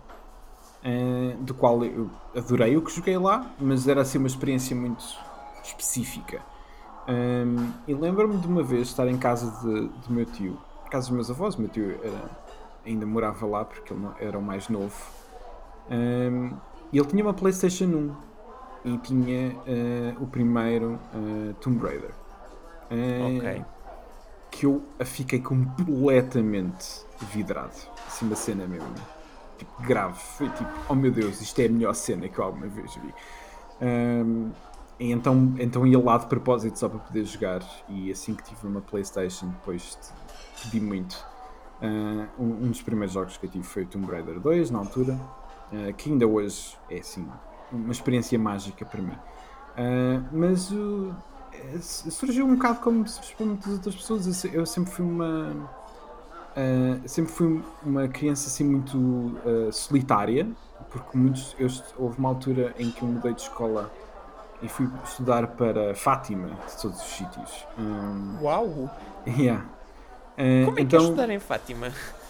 Speaker 4: ah, do qual eu adorei o que joguei lá, mas era assim uma experiência muito específica. Ahm, e lembro-me de uma vez estar em casa de, do meu tio, casa dos meus avós, o meu tio era- ainda morava lá porque ele não- era o mais novo, Ahm, e ele tinha uma PlayStation um e tinha ah, o primeiro ah, Tomb Raider. Ah,
Speaker 3: Ok.
Speaker 4: que eu fiquei completamente vidrado. Assim, uma cena mesmo, tipo, grave. Foi tipo, oh meu Deus, isto é a melhor cena que eu alguma vez vi. Ahm, e então, então ia lá de propósito só para poder jogar. E assim que tive uma PlayStation, depois te- pedi muito. Ah, um, um dos primeiros jogos que eu tive foi o Tomb Raider dois, na altura, ah, que ainda hoje é assim, uma experiência mágica para mim. Ah, mas o eh, surgiu um bocado como surgiu para muitas outras pessoas. Eu, se- eu sempre fui uma ah, sempre fui uma criança assim muito ah, solitária, porque muitos, eu, est- houve uma altura em que eu mudei de escola e fui estudar para Fátima, de todos os sítios. Hum,
Speaker 3: Uau!
Speaker 4: yeah. Ah,
Speaker 3: Como é que é
Speaker 4: então,
Speaker 3: estudar em Fátima?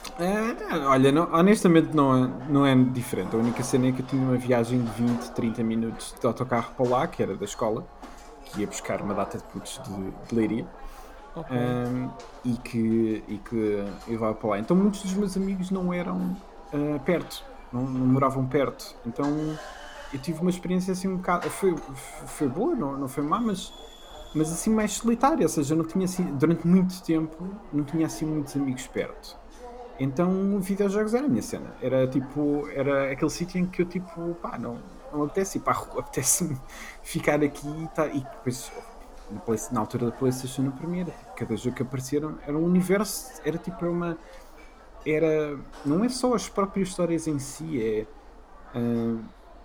Speaker 4: ah, olha, não- honestamente não é, não é diferente. A única cena é que eu tinha uma viagem de vinte, trinta minutos de autocarro para lá, que era da escola, que ia buscar uma data de putos de, de Leiria,
Speaker 3: Ok.
Speaker 4: um, e, que, e que eu levava para lá. Então muitos dos meus amigos não eram ah, perto, não, não moravam perto. Então eu tive uma experiência assim um bocado. Foi, foi boa, não, não foi má, mas, mas assim mais solitária. Ou seja, eu não tinha assim, durante muito tempo, não tinha assim muitos amigos perto. Então, videojogos era a minha cena. Era tipo, era aquele sítio em que eu tipo, pá, não, não apetece ir para a rua, apetece-me ficar aqui e, tá, e depois, na, Play- na altura da PlayStation no primeiro, tipo, cada jogo que apareceram era um universo, era tipo uma. Era. Não é só as próprias histórias em si, é. ah,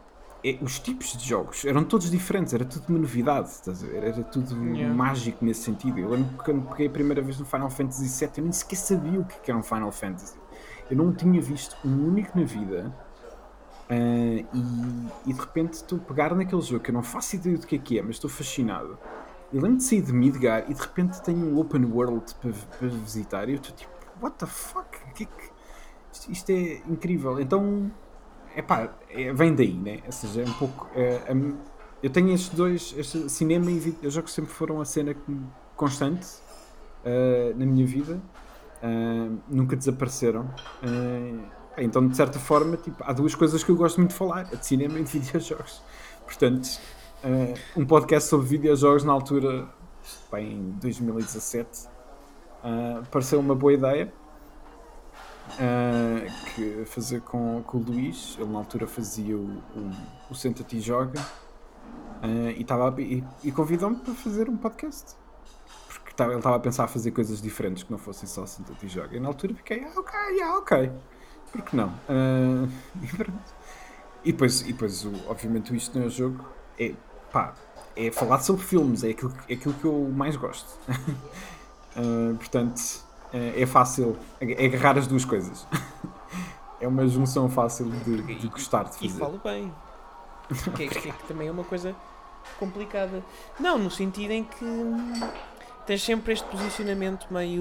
Speaker 4: é, os tipos de jogos eram todos diferentes, era tudo uma novidade, estás a ver? Era tudo
Speaker 3: Yeah.
Speaker 4: mágico nesse sentido. Eu lembro que quando peguei a primeira vez no Final Fantasy sete, eu nem sequer sabia o que era um Final Fantasy. Eu não tinha visto um único na vida. Uh, e, e de repente estou a pegar naquele jogo que eu não faço ideia do que é que é, mas estou fascinado. Eu lembro de sair de Midgar e de repente tenho um open world para, para visitar e eu estou tipo, what the fuck? Que é que... Isto, isto é incrível. Então, epá, é, vem daí, né? Ou seja, é um pouco. É, é, eu tenho estes dois, este cinema e videojogos sempre foram a cena constante uh, na minha vida, uh, nunca desapareceram. Uh, Então, de certa forma, tipo, há duas coisas que eu gosto muito de falar, é de cinema e de videojogos. Portanto, uh, um podcast sobre videojogos na altura, bem, em dois mil e dezassete, uh, pareceu uma boa ideia. Uh, que fazer com, com o Luís, ele na altura fazia o, o, o Senta-te e Joga, uh, e, tava, e, e convidou-me para fazer um podcast. Porque tava, ele estava a pensar a fazer coisas diferentes que não fossem só Senta-te e Joga. E na altura fiquei, ah, ok, yeah, ok. Porque não? Uh, e depois, e depois o, obviamente, o Isto Não É Jogo é, pá, é falar sobre filmes, é aquilo, é aquilo que eu mais gosto. uh, portanto, uh, é fácil é agarrar as duas coisas. É uma junção fácil de, de gostar de fazer.
Speaker 3: E falo bem. Que, é, que, é, que também é uma coisa complicada. Não, no sentido em que tens sempre este posicionamento meio...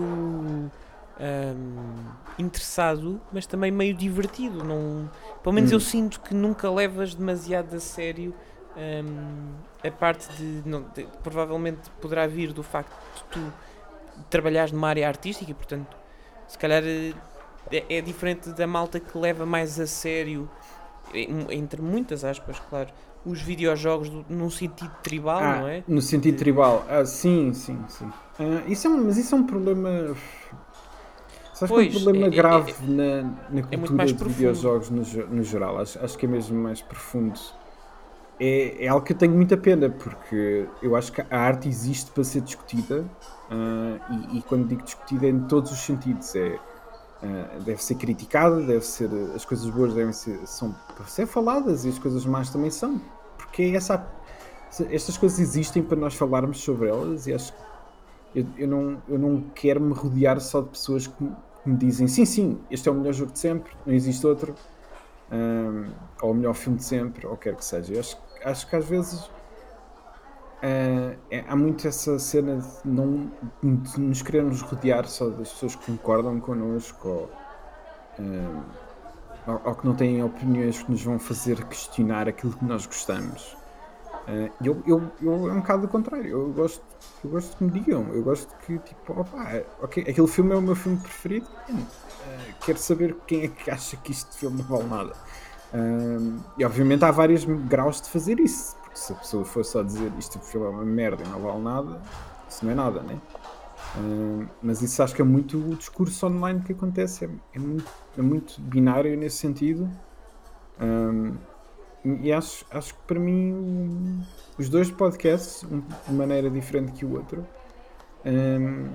Speaker 3: Um, interessado, mas também meio divertido. Não, pelo menos hum. eu sinto que nunca levas demasiado a sério um, a parte de, não, de provavelmente poderá vir do facto de tu trabalhares numa área artística e portanto se calhar é, é diferente da malta que leva mais a sério, entre muitas aspas, claro, os videojogos do, num sentido tribal,
Speaker 4: ah,
Speaker 3: não é?
Speaker 4: No sentido de... tribal, ah, sim, sim, sim. Ah, isso é um, mas isso é um problema. Sabes que é um problema é, grave é, é, na, na cultura é de profundo. Videojogos no, no geral. Acho, acho que é mesmo mais profundo. É, é algo que eu tenho muita pena, porque eu acho que a arte existe para ser discutida, uh, e, e quando digo discutida é em todos os sentidos. É, uh, deve ser criticada, deve ser, as coisas boas devem ser, são para ser faladas e as coisas más também são. Porque é essa, estas coisas existem para nós falarmos sobre elas e acho que Eu, eu, não, eu não quero me rodear só de pessoas que me, que me dizem sim, sim, este é o melhor jogo de sempre, não existe outro, um, ou o melhor filme de sempre, ou quer que seja. Eu acho, acho que às vezes uh, é, há muito essa cena de, não, de nos querermos rodear só das pessoas que concordam connosco, ou, um, ou, ou que não têm opiniões que nos vão fazer questionar aquilo que nós gostamos. Uh, eu, eu, eu é um bocado do contrário. Eu gosto, eu gosto que me digam. Eu gosto que, tipo, opa, okay, aquele filme é o meu filme preferido. Uh, quero saber quem é que acha que este filme não vale nada. Uh, e obviamente há vários graus de fazer isso. Porque se a pessoa for só dizer isto filme é uma merda e não vale nada, isso não é nada, né? Uh, mas isso acho que é muito o discurso online que acontece. É, é, muito, é muito binário nesse sentido. Uh, E acho, acho que para mim os dois podcasts, um de maneira diferente que o outro, um,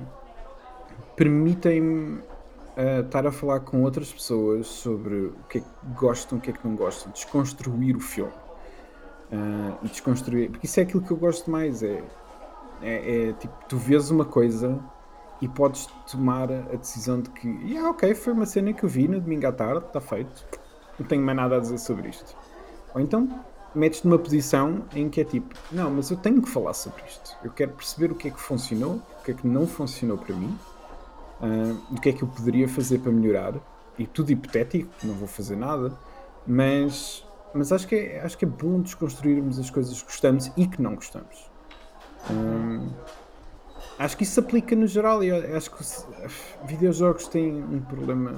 Speaker 4: permitem-me uh, estar a falar com outras pessoas sobre o que é que gostam, o que é que não gostam, desconstruir o filme. Uh, e desconstruir, porque isso é aquilo que eu gosto mais, é, é, é tipo, tu vês uma coisa e podes tomar a decisão de que, yeah, ok, foi uma cena que eu vi no domingo à tarde, está feito, não tenho mais nada a dizer sobre isto. Ou então metes-te numa posição em que é tipo, não, mas eu tenho que falar sobre isto. Eu quero perceber o que é que funcionou, o que é que não funcionou para mim, uh, o que é que eu poderia fazer para melhorar. E tudo hipotético, não vou fazer nada, mas, mas acho, que é, acho que é bom desconstruirmos as coisas que gostamos e que não gostamos. Um, acho que isso se aplica no geral e acho que os videojogos têm um problema...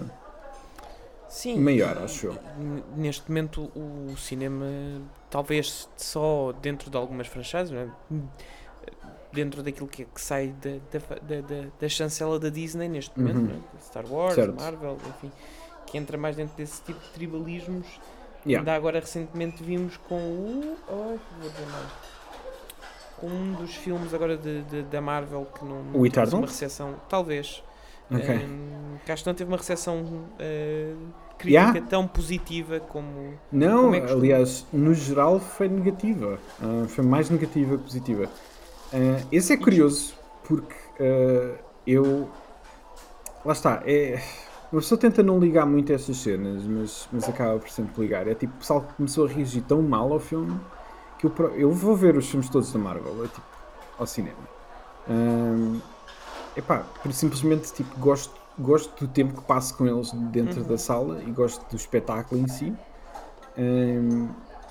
Speaker 4: Sim, maior, acho eu.
Speaker 3: Neste momento o cinema, talvez só dentro de algumas franchises, não é? Dentro daquilo que, que sai da, da, da, da chancela da Disney neste momento, uhum. Não é? Star Wars, certo. Marvel, enfim, que entra mais dentro desse tipo de tribalismos. Yeah. Ainda agora recentemente vimos com o... Oh, vou dizer mais. Com um dos filmes agora de, de, da Marvel que não, não teve uma recepção, talvez.
Speaker 4: Okay.
Speaker 3: Um, que acho que não teve uma recepção uh, crítica
Speaker 4: Yeah.
Speaker 3: tão positiva como...
Speaker 4: Não,
Speaker 3: como é que
Speaker 4: aliás, no geral foi negativa. Ah, foi mais negativa que positiva. Ah, esse é curioso, porque ah, eu. Lá está. É, uma pessoa tenta não ligar muito a estas cenas, mas, mas acaba por sempre ligar. É tipo, o pessoal começou a reagir tão mal ao filme que eu, pro- eu vou ver os filmes todos da Marvel, é tipo, ao cinema. Ah, epá, por simplesmente tipo, gosto, gosto do tempo que passo com eles dentro da sala e gosto do espetáculo em si. Ahm,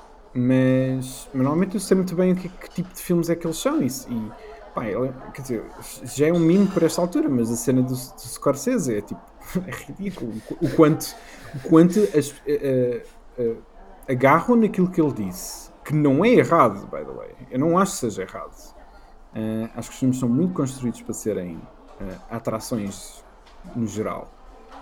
Speaker 4: mas, mas normalmente eu sei muito bem o que, que tipo de filmes é que eles são. Isso, e pá, ele- quer dizer, já é um mimo para esta altura, mas a cena do, do Scorsese é tipo é ridículo. O, o quanto, o quanto as, eh, eh, agarram naquilo que ele disse, que não é errado, by the way. Eu não acho que seja errado. Ah, acho que os filmes são muito construídos para serem ah, atrações no geral.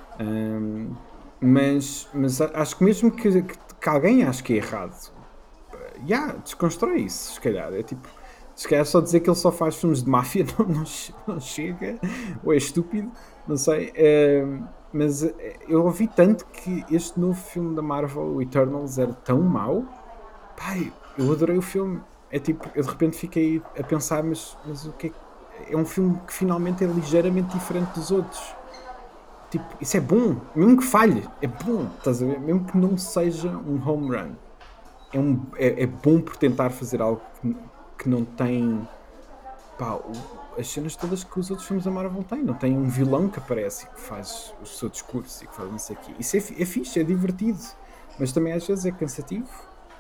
Speaker 4: Ahm, mas, mas a- acho que mesmo que, que, que alguém ache que é errado, já, desconstrói isso, se calhar. É tipo, se calhar só dizer que ele só faz filmes de máfia não, não, che- não chega, ou é estúpido, não sei. Ahm, mas eh, eu ouvi tanto que este novo filme da Marvel, o Eternals, era tão mau. Pai, eu adorei o filme. É tipo, eu de repente fiquei a pensar, mas, mas o que é que... É um filme que finalmente é ligeiramente diferente dos outros. Tipo, isso é bom, mesmo que falhe, é bom, estás a ver? Mesmo que não seja um home run, é, um, é, é bom por tentar fazer algo que, que não tem, pá, o- as cenas todas que os outros filmes da Marvel têm. Não tem um vilão que aparece e que faz o seu discurso e que faz não sei o quê. Isso é, fi- é fixe, é divertido, mas também às vezes é cansativo.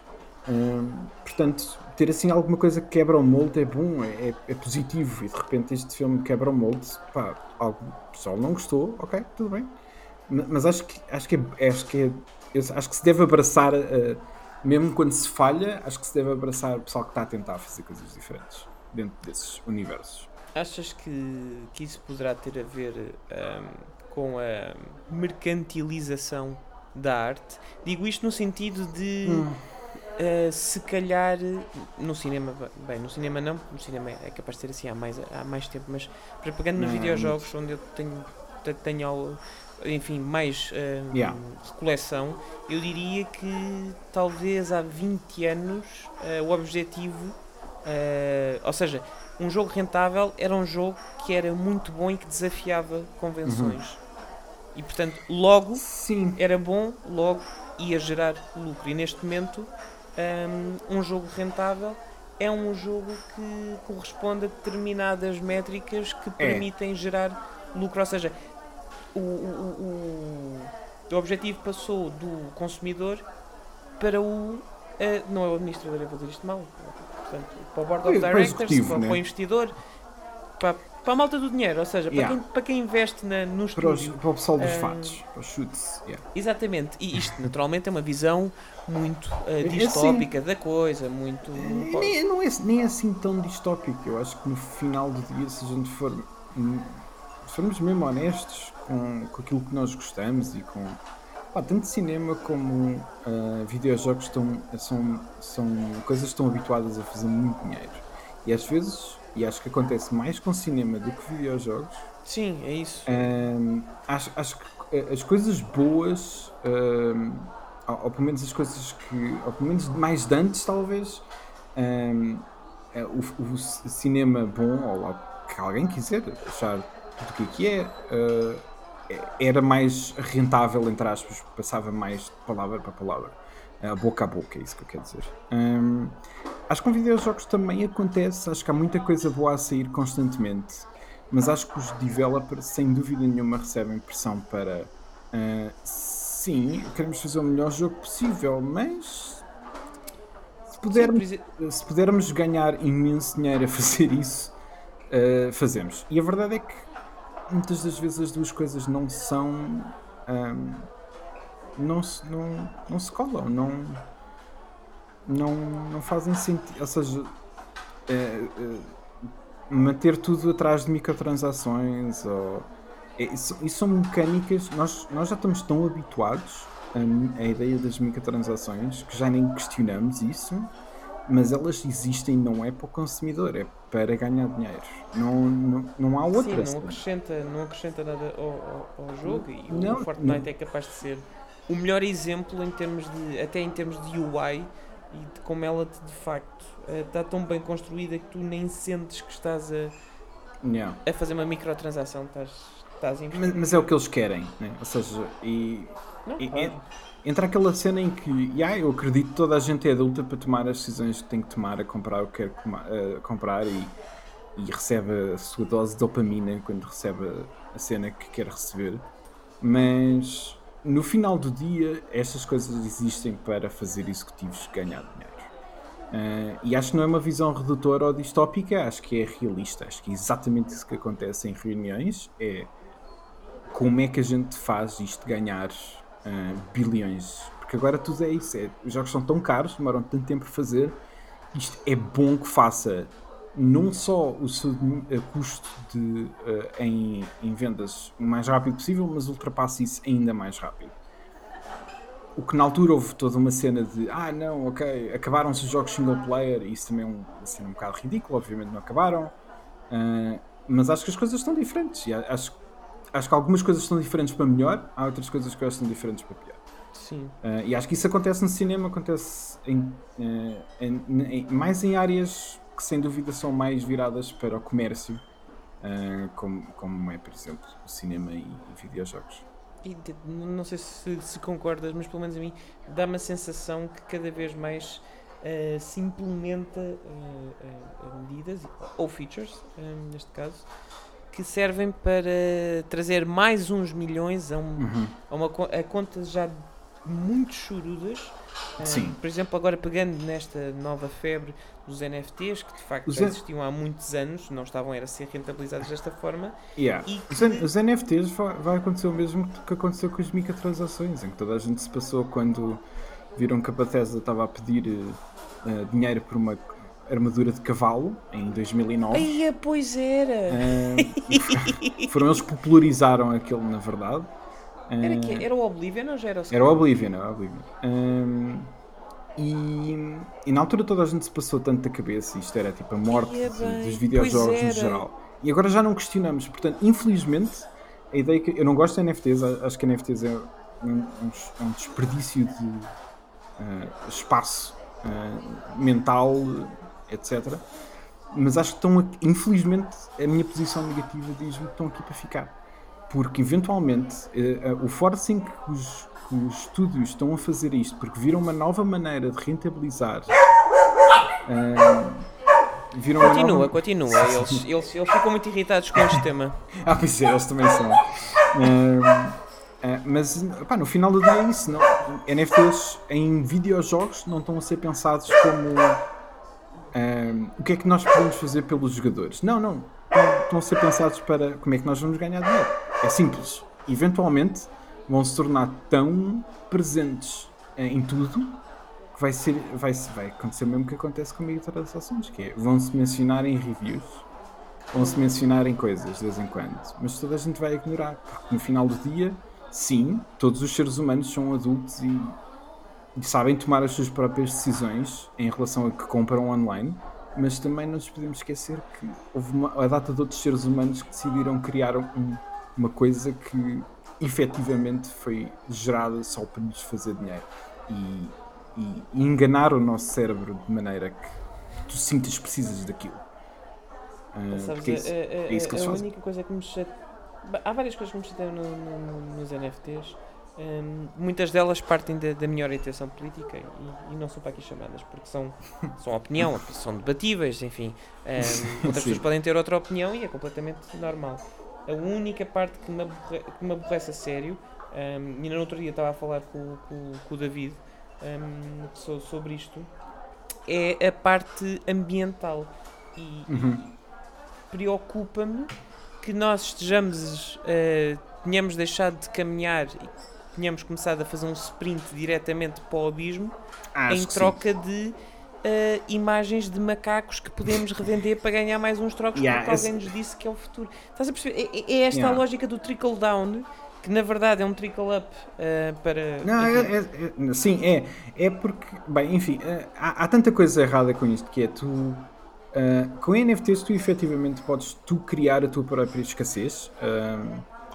Speaker 4: Hum, portanto, ter assim alguma coisa que quebra o molde é bom, é, é- é positivo. E de repente este filme quebra o molde, pá, algo, o pessoal não gostou, ok, tudo bem. Ma- Mas acho que, acho que, é, acho que, é, eu acho que se deve abraçar, eh, mesmo quando se falha, acho que se deve abraçar o pessoal que está a tentar fazer coisas diferentes dentro desses universos.
Speaker 3: Achas que, que isso poderá ter a ver ahm, com a mercantilização da arte? Digo isto no sentido de, ah, se calhar, no cinema, bem, no cinema não, no cinema é capaz de ser assim há mais, há mais tempo, mas para pegando nos
Speaker 4: Não,
Speaker 3: videojogos, onde eu tenho, te- tenho enfim, mais ahm,
Speaker 4: Yeah.
Speaker 3: coleção, eu diria que talvez há vinte anos ah, o objetivo, ah, ou seja, um jogo rentável era um jogo que era muito bom e que desafiava convenções. E portanto, logo
Speaker 4: Sim.
Speaker 3: era bom, logo ia gerar lucro. E neste momento, hum, um jogo rentável é um jogo que corresponde a determinadas métricas que permitem gerar lucro. Ou seja, o, o, o, o objetivo passou do consumidor para o. eh, não é o administrador, eu vou dizer isto mal. Portanto, para o Board of
Speaker 4: Para o
Speaker 3: Directors,
Speaker 4: executivo,
Speaker 3: para,
Speaker 4: né?
Speaker 3: para o investidor, para, para a malta do dinheiro, ou seja, para,
Speaker 4: Yeah.
Speaker 3: quem, para quem investe na, no
Speaker 4: Para, os,
Speaker 3: estúdio.
Speaker 4: para o pessoal dos
Speaker 3: Ah,
Speaker 4: fatos, para os chutes. Yeah.
Speaker 3: Exatamente, e isto naturalmente é uma visão muito eh,
Speaker 4: É
Speaker 3: distópica da coisa, muito.
Speaker 4: E nem, não é, nem é assim tão distópico. Eu acho que no final do dia, se a gente for, hum, se formos mesmo honestos com, com aquilo que nós gostamos e com pá, tanto cinema como ah, videojogos estão, são, são coisas que estão habituadas a fazer muito dinheiro. E às vezes, e acho que acontece mais com cinema do que videojogos,
Speaker 3: Sim, é isso.
Speaker 4: Ahm, acho, acho que eh, as coisas boas, ahm, ou, ou pelo menos as coisas que, ou pelo menos mais de antes, talvez, ahm, eh, o, o cinema bom, ou lá que alguém quiser achar do que é que é, ah, é- era mais rentável, entre aspas, passava mais de palavra para palavra, ah, boca a boca, é isso que eu quero dizer. Ahm, acho que com videojogos também acontece, acho que há muita coisa boa a sair constantemente. Mas acho que os developers, sem dúvida nenhuma, recebem pressão para ah, sim, queremos fazer o melhor jogo possível, mas se
Speaker 3: Sim,
Speaker 4: pudermos,
Speaker 3: por exemplo,
Speaker 4: se pudermos ganhar imenso dinheiro a fazer isso, ah, fazemos. E a verdade é que muitas das vezes as duas coisas não são. ahm, não, se, não, não se colam, não, não, não fazem sentido. Ou seja, eh, eh, manter tudo atrás de microtransações ou é, isso, isso são mecânicas, nós, nós já estamos tão habituados a, a ideia das microtransações que já nem questionamos isso, mas elas existem, não é para o consumidor, é para ganhar dinheiro, não, não, não há
Speaker 3: sim,
Speaker 4: outra
Speaker 3: não
Speaker 4: cena.
Speaker 3: acrescenta, não acrescenta nada ao, ao, ao jogo e o
Speaker 4: Não,
Speaker 3: Fortnite
Speaker 4: não.
Speaker 3: é capaz de ser o melhor exemplo em termos de, até em termos de U I e de como ela te, de facto uh, está tão bem construída que tu nem sentes que estás a,
Speaker 4: Yeah.
Speaker 3: a fazer uma microtransação, estás, estás a investir.
Speaker 4: Mas, mas é o que eles querem, né? Ou seja, e,
Speaker 3: Não,
Speaker 4: e-
Speaker 3: claro.
Speaker 4: e- entra aquela cena em que, yeah, eu acredito que toda a gente é adulta para tomar as decisões que tem que tomar, a comprar o que quer coma- a comprar e, e recebe a sua dose de dopamina quando recebe a, a cena que quer receber. Mas no final do dia, estas coisas existem para fazer executivos ganhar dinheiro. Uh, e acho que não é uma visão redutora ou distópica, acho que é realista. Acho que é exatamente isso que acontece em reuniões. É como é que a gente faz isto ganhar uh, bilhões. Porque agora tudo é isso. É, os jogos são tão caros, demoram tanto tempo a fazer. Isto é bom que faça não só o seu uh, custo de, uh, em, em vendas o mais rápido possível, mas ultrapasse isso ainda mais rápido. O que na altura houve toda uma cena de ah não, ok, acabaram-se os jogos single player, e isso também é um, uma cena um bocado ridícula, obviamente não acabaram, uh, mas acho que as coisas estão diferentes, e acho, acho que algumas coisas estão diferentes para melhor, há outras coisas que eu acho que estão diferentes para pior.
Speaker 3: Sim.
Speaker 4: Uh, e acho que isso acontece no cinema, acontece em, uh, em, em, mais em áreas que sem dúvida são mais viradas para o comércio, uh, como, como é, por exemplo, o cinema e, e videojogos.
Speaker 3: E de- não sei se, se concordas, mas pelo menos a mim dá-me a sensação que cada vez mais uh, se implementa uh, uh, medidas ou features, um, neste caso, que servem para trazer mais uns milhões a, um,
Speaker 4: Uhum.
Speaker 3: a, uma, co- a contas já muito chorudas. Um,
Speaker 4: Sim.
Speaker 3: Por exemplo, agora pegando nesta nova febre dos N F Ts, que de facto
Speaker 4: Os
Speaker 3: já
Speaker 4: N-
Speaker 3: existiam há muitos anos, não estavam era a ser rentabilizados desta forma.
Speaker 4: Yeah.
Speaker 3: E
Speaker 4: Os,
Speaker 3: que-
Speaker 4: N- os N F Ts vai, vai acontecer o mesmo que aconteceu com as microtransações, em que toda a gente se passou quando viram que a Bethesda estava a pedir uh, dinheiro por uma armadura de cavalo em dois mil e nove.
Speaker 3: Ai, pois era!
Speaker 4: Uh, foram eles que popularizaram aquilo, na verdade. Uh,
Speaker 3: Era, que, era o Oblivion ou já era o
Speaker 4: Era o Oblivion, era o Oblivion. Um, e, e na altura toda a gente se passou tanto da cabeça, isto era tipo a morte
Speaker 3: Ia
Speaker 4: de-
Speaker 3: bem,
Speaker 4: dos videojogos
Speaker 3: pois
Speaker 4: no
Speaker 3: era.
Speaker 4: geral. E agora já não questionamos. Portanto, infelizmente, a ideia que eu não gosto de N F Ts, a- acho que N F Ts é um, um, é um desperdício de uh, espaço uh, mental, etcétera. Mas acho que estão aqui, infelizmente, a minha posição negativa diz-me que estão aqui para ficar. Porque eventualmente uh, uh, o forcing que os, que os estúdios estão a fazer isto, porque viram uma nova maneira de rentabilizar. Uh, viram uma
Speaker 3: Continua,
Speaker 4: nova...
Speaker 3: continua. Eles, eles, eles ficam muito irritados com este tema.
Speaker 4: Ah, pois é, eles também são. Uh, uh, mas pá, no final do dia é isso. Não, N F Ts em videojogos não estão a ser pensados como uh, o que é que nós podemos fazer pelos jogadores. Não, não. Estão, estão a ser pensados para como é que nós vamos ganhar dinheiro. É simples. Eventualmente vão se tornar tão presentes uh, em tudo que vai, ser, vai, vai acontecer mesmo que acontece com microtransações, que é, vão-se mencionar em reviews, vão-se mencionar em coisas de vez em quando, mas toda a gente vai ignorar, porque no final do dia, sim, todos os seres humanos são adultos e, e sabem tomar as suas próprias decisões em relação a que compram online, mas também não nos podemos esquecer que houve uma, a data de outros seres humanos que decidiram criar um, uma coisa que efetivamente foi gerada só para nos fazer dinheiro e, e, e enganar o nosso cérebro de maneira que tu sintas que precisas daquilo. Uh,
Speaker 3: Sabes,
Speaker 4: porque é isso,
Speaker 3: a, a-
Speaker 4: é isso que
Speaker 3: a-
Speaker 4: eles
Speaker 3: a
Speaker 4: fazem.
Speaker 3: única coisa que me chateia. Há várias coisas que me chateiam no, no, nos N F Ts. Um, muitas delas partem da, da minha orientação política e, e não são para aqui chamadas porque são, são opinião, são debatíveis, enfim. Um, outras
Speaker 4: Sim.
Speaker 3: pessoas podem ter outra opinião e é completamente normal. A única parte que me, aborre, que me aborrece a sério, um, e no outro dia estava a falar com, com, com o David um, so, sobre isto, é a parte ambiental. E,
Speaker 4: Uhum.
Speaker 3: preocupa-me que nós estejamos, uh, tenhamos deixado de caminhar e tenhamos começado a fazer um sprint diretamente para o abismo
Speaker 4: Acho
Speaker 3: em
Speaker 4: que sim.
Speaker 3: troca de uh, imagens de macacos que podemos revender para ganhar mais uns trocos
Speaker 4: Yeah,
Speaker 3: porque
Speaker 4: esse-
Speaker 3: alguém nos disse que é o futuro. Estás a perceber? É, é esta
Speaker 4: Yeah.
Speaker 3: a lógica do trickle down, que na verdade é um trickle up uh, para...
Speaker 4: Não,
Speaker 3: enfim.
Speaker 4: é, é- é- sim, é. É porque, bem, enfim, é, há, há tanta coisa errada com isto que é tu. Uh, com N F Ts tu efetivamente podes tu criar a tua própria escassez. Um,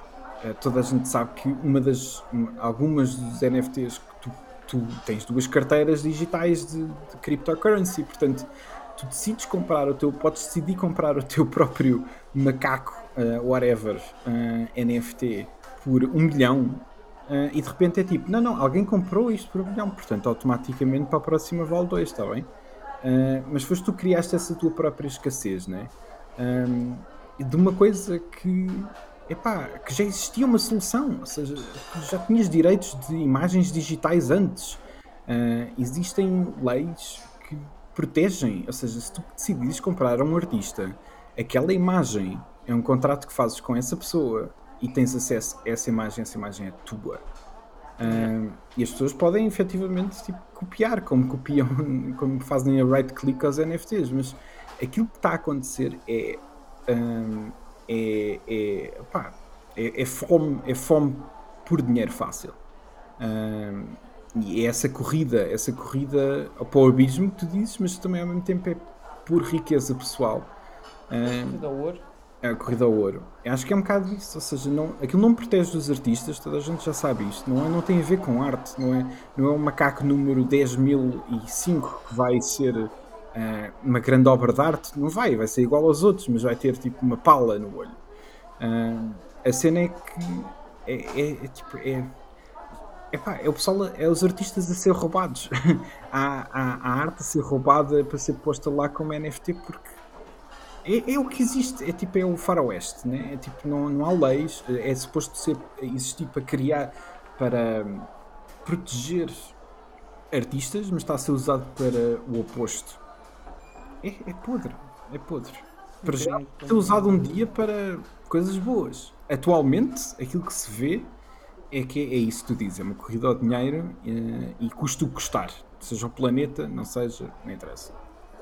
Speaker 4: uh, toda a gente sabe que uma das, uma, algumas dos N F Ts que tu, tu tens duas carteiras digitais de, de cryptocurrency, portanto tu decides comprar o teu, podes decidir comprar o teu próprio macaco, uh, whatever, uh, N F T por um milhão. Uh, e de repente é tipo, não, não, alguém comprou isto por um milhão, portanto automaticamente para a próxima vale dois, está bem? Uh, mas foste tu que criaste essa tua própria escassez, né? Um, de uma coisa que, epá, que já existia uma solução, ou seja, tu já tinhas direitos de imagens digitais antes. Uh, existem leis que protegem, ou seja, se tu decidires comprar a um artista, aquela imagem é um contrato que fazes com essa pessoa e tens acesso a essa imagem, essa imagem é tua. Uh, e as pessoas podem efetivamente tipo, copiar, como copiam, como fazem a right click aos N F Ts, mas aquilo que está a acontecer é, um, é, é, pá, é, é, fome, é fome por dinheiro fácil. Um, e é essa corrida, essa corrida para o abismo que tu dizes, mas também ao mesmo tempo é por riqueza pessoal. Um,
Speaker 3: corrida ao ouro.
Speaker 4: É a corrida ao ouro. Eu acho que é um bocado isso, ou seja, não, aquilo não protege os artistas, toda a gente já sabe isto, não, é, não tem a ver com arte, não é, não é um macaco número dez mil e cinco que vai ser uh, uma grande obra de arte, não vai, vai ser igual aos outros, mas vai ter tipo uma pala no olho. Uh, a cena é que é, é, é tipo, é, é, pá, é o pessoal, é os artistas a ser roubados. há, há, há a arte a ser roubada para ser posta lá como N F T porque É, é o que existe, é tipo é o faroeste, né? É tipo, não, não há leis, é suposto ser, existir para criar, para proteger artistas, mas está a ser usado para o oposto. É, é podre, é podre. Para já ser usado um dia para coisas boas. Atualmente, aquilo que se vê é que é isso que tu dizes, é uma corrida ao dinheiro e, e custa o que custar, seja o planeta, não seja, não interessa.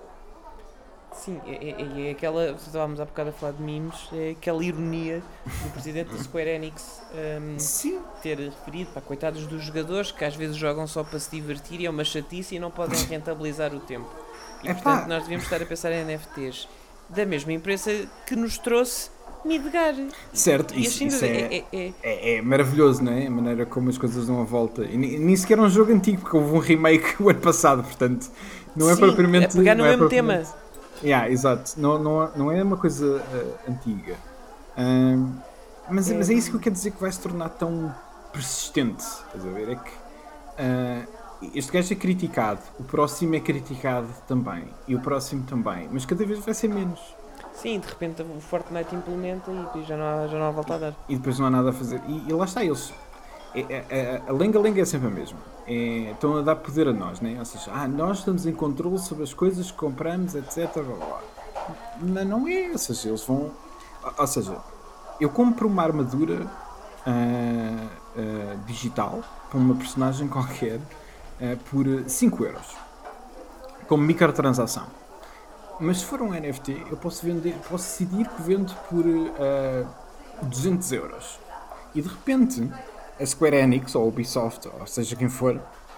Speaker 3: Sim, é, é, é aquela, estávamos há bocado a falar de memes, é aquela ironia do presidente da Square Enix um, ter referido, pá, coitados dos jogadores que às vezes jogam só para se divertir e é uma chatice e não podem rentabilizar o tempo. E
Speaker 4: É
Speaker 3: portanto
Speaker 4: pá.
Speaker 3: nós devíamos estar a pensar em N F Ts da mesma empresa que nos trouxe Midgar.
Speaker 4: Certo,
Speaker 3: E
Speaker 4: isso,
Speaker 3: assim,
Speaker 4: isso é,
Speaker 3: é, é, é,
Speaker 4: é, é maravilhoso, não é? A maneira como as coisas dão a volta. E nem, nem sequer é um jogo antigo, porque houve um remake o ano passado, portanto, não é
Speaker 3: sim,
Speaker 4: propriamente.
Speaker 3: é pegar no
Speaker 4: não é
Speaker 3: mesmo tema.
Speaker 4: propriamente- Yeah, exato, não, não, não é uma coisa uh, antiga. Um, mas, é, mas é isso que eu quero dizer que vai se tornar tão persistente. Estás a ver? É que uh, este gajo é criticado, o próximo é criticado também, e o próximo também, mas cada vez vai ser menos.
Speaker 3: Sim, de repente o Fortnite implementa e já não há, já não há volta a dar.
Speaker 4: E depois não há nada a fazer. E, e lá está, eles. É, é, a lenga-lenga é sempre a mesma. É, estão a dar poder a nós, né? Ou seja, ah, nós estamos em controle sobre as coisas que compramos, etcétera. Blá, blá. Não, não é, ou seja, eles vão. Ou seja, eu compro uma armadura uh, uh, digital para uma personagem qualquer uh, por cinco euros como microtransação. Mas se for um N F T, eu posso vender, posso decidir que vendo por uh, duzentos euros. E de repente, a Square Enix, ou a Ubisoft, ou seja quem for,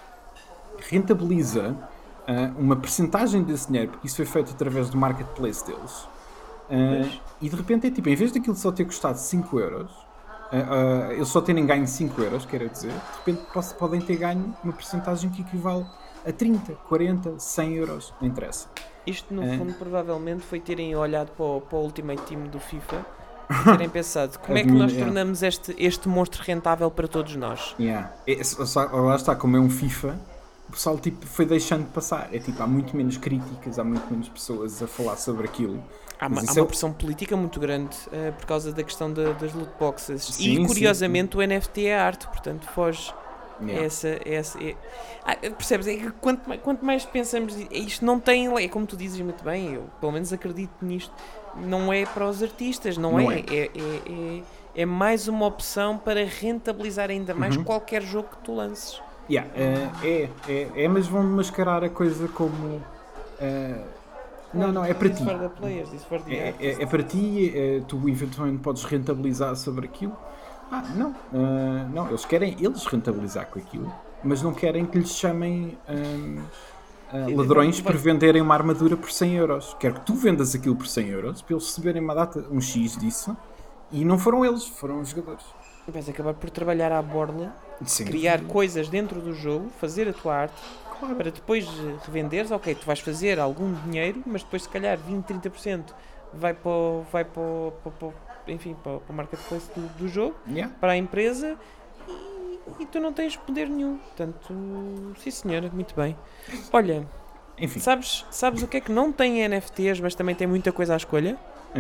Speaker 4: rentabiliza uh, uma percentagem desse dinheiro, porque isso foi feito através do marketplace deles. Uh, e de repente é tipo, em vez daquilo só ter custado cinco euros, uh, uh, eles só terem ganho cinco euros, quero dizer, de repente posso, podem ter ganho uma percentagem que equivale a trinta, quarenta, cem euros, não interessa.
Speaker 3: Isto, no
Speaker 4: É.
Speaker 3: fundo, provavelmente foi terem olhado para o, para o Ultimate Team do FIFA e terem pensado como é que
Speaker 4: Admira,
Speaker 3: nós
Speaker 4: yeah.
Speaker 3: tornamos este, este monstro rentável para todos nós.
Speaker 4: Yeah. É, só- lá está, como é um FIFA, o pessoal tipo, foi deixando de passar. É tipo, há muito menos críticas, há muito menos pessoas a falar sobre aquilo.
Speaker 3: Há uma,
Speaker 4: Mas
Speaker 3: há
Speaker 4: isso
Speaker 3: uma
Speaker 4: é-
Speaker 3: pressão política muito grande uh, por causa da questão da- das loot boxes.
Speaker 4: Sim,
Speaker 3: e, curiosamente, o N F T é arte, portanto, foge.
Speaker 4: Yeah.
Speaker 3: Essa, essa, é... Ah, percebes? É que quanto, mais- quanto mais pensamos, isto não tem, é como tu dizes muito bem, eu pelo menos acredito nisto, não é para os artistas, não,
Speaker 4: Não
Speaker 3: é.
Speaker 4: é.
Speaker 3: É, é, é, é mais uma opção para rentabilizar ainda mais
Speaker 4: Uhum.
Speaker 3: qualquer jogo que tu lances.
Speaker 4: Yeah, é, é, é, é, mas vão mascarar a coisa como. eh, não, não, é para
Speaker 3: This
Speaker 4: ti.
Speaker 3: for the players, this for the
Speaker 4: É,
Speaker 3: artists.
Speaker 4: é, é para ti, é, tu eventualmente podes rentabilizar sobre aquilo. Ah, não, ah, não, eles querem eles rentabilizar com aquilo, mas não querem que lhes chamem ah, ah,
Speaker 3: Sim,
Speaker 4: ladrões
Speaker 3: vai-
Speaker 4: por venderem uma armadura por cem euros. Quero que tu vendas aquilo por cem euros para eles receberem uma data, um X disso, e não foram eles, foram os jogadores.
Speaker 3: vais acabar por trabalhar à borla,
Speaker 4: Sim.
Speaker 3: criar coisas dentro do jogo, fazer a tua arte, para depois eh, revenderes. Ok, tu vais fazer algum dinheiro, mas depois se calhar vinte, trinta por cento vai para, o- vai para, o- para, o- para, o- enfim, para, o- para o marketplace do, do jogo,
Speaker 4: Yeah.
Speaker 3: para a empresa, e, e tu não tens poder nenhum. Portanto, sim senhora, muito bem. Olha,
Speaker 4: Enfim.
Speaker 3: sabes, sabes o que é que não tem N F Ts, mas também tem muita coisa à escolha?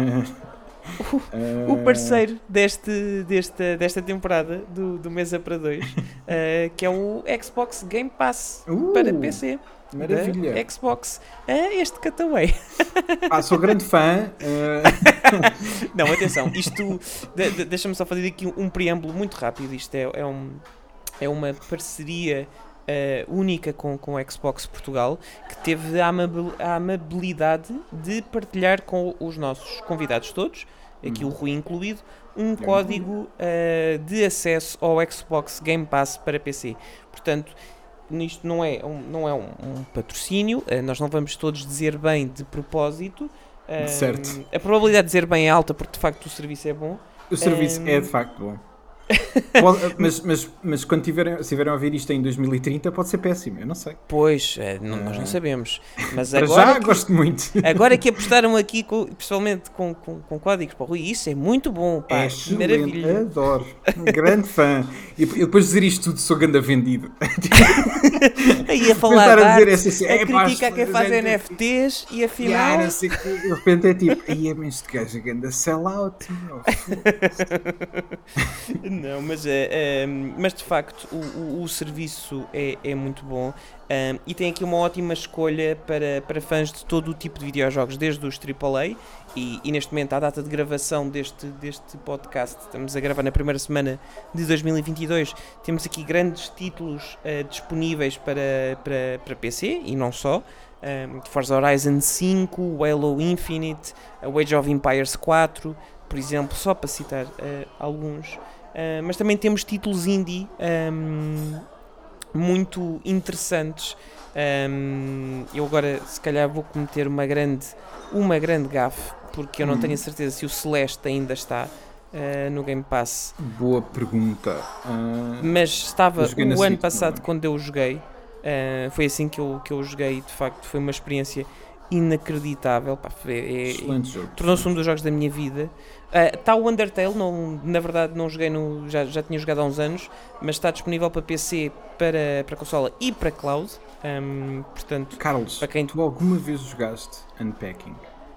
Speaker 4: Uh,
Speaker 3: O parceiro deste, desta, desta temporada do, do Mesa para dois, uh, que é o Xbox Game Pass
Speaker 4: Uh,
Speaker 3: para P C.
Speaker 4: Maravilha.
Speaker 3: Da Xbox. Ah, este cutaway.
Speaker 4: Ah, sou grande fã. uh,
Speaker 3: Não, atenção, isto. de- de- Deixa-me só fazer aqui um, um preâmbulo muito rápido. Isto é, é, um, é uma parceria uh, única com, com o Xbox Portugal, que teve a, amabil- a amabilidade de partilhar com os nossos convidados todos, aqui o Rui incluído, um código uh, de acesso ao Xbox Game Pass para P C. Portanto, isto não é um, não é um, um patrocínio, uh, nós não vamos todos dizer bem de propósito. Uh,
Speaker 4: Certo.
Speaker 3: A probabilidade de dizer bem é alta porque de facto o serviço é bom.
Speaker 4: o serviço
Speaker 3: Um,
Speaker 4: é de facto bom. Pode- mas, mas, mas quando tiverem, se tiverem a ouvir isto em dois mil e trinta, pode ser péssimo, eu não sei.
Speaker 3: Pois, uh, não- nós não sabemos. Mas
Speaker 4: Para
Speaker 3: agora,
Speaker 4: já,
Speaker 3: que,
Speaker 4: gosto muito.
Speaker 3: agora que apostaram aqui, com, pessoalmente com, com, com códigos para o Rui, isso é muito bom. Pá,
Speaker 4: É
Speaker 3: que
Speaker 4: excelente,
Speaker 3: maravilha.
Speaker 4: adoro. Um grande fã. E eu depois dizer isto tudo, sou ganda vendido.
Speaker 3: Aí a falar
Speaker 4: Tentar
Speaker 3: de
Speaker 4: a dizer
Speaker 3: arte,
Speaker 4: essa-
Speaker 3: a
Speaker 4: é, pá,
Speaker 3: criticar quem
Speaker 4: as-
Speaker 3: faz
Speaker 4: é-
Speaker 3: N F Ts e
Speaker 4: E
Speaker 3: afinal...
Speaker 4: ah, não sei o quê. De repente é tipo, ai, mas este gajo é ganda sellout. meu, foda-se."
Speaker 3: Não, mas, é, é, mas de facto o, o, o serviço é, é muito bom, um, e tem aqui uma ótima escolha para, para fãs de todo o tipo de videojogos, desde os triplo A, e, e neste momento, à data de gravação deste, deste podcast, estamos a gravar na primeira semana de dois mil e vinte e dois, temos aqui grandes títulos uh, disponíveis para, para, para P C, e não só. Um, Forza Horizon cinco, o Halo Infinite, a Age of Empires quatro, por exemplo, só para citar uh, alguns. Uh, mas também temos títulos indie um, muito interessantes. Um, eu agora, se calhar, vou cometer uma grande, uma grande gafe, porque eu não
Speaker 4: Hum.
Speaker 3: tenho a certeza se o Celeste ainda está uh, no Game Pass.
Speaker 4: Boa pergunta. Ah,
Speaker 3: Mas estava
Speaker 4: Eu joguei na
Speaker 3: o ano
Speaker 4: Switch,
Speaker 3: passado,
Speaker 4: não é?
Speaker 3: quando eu joguei. Uh, foi assim que eu, que eu joguei. De facto, foi uma experiência inacreditável. Pá, foi- é-
Speaker 4: excelente jogo.
Speaker 3: tornou-se um dos jogos da minha vida. Está o Undertale, não, na verdade não joguei no, já, já tinha jogado há uns anos, mas está disponível para P C, para, para consola e para cloud. Um, portanto,
Speaker 4: Carlos,
Speaker 3: para quem-
Speaker 4: tu alguma vez jogaste Unpacking?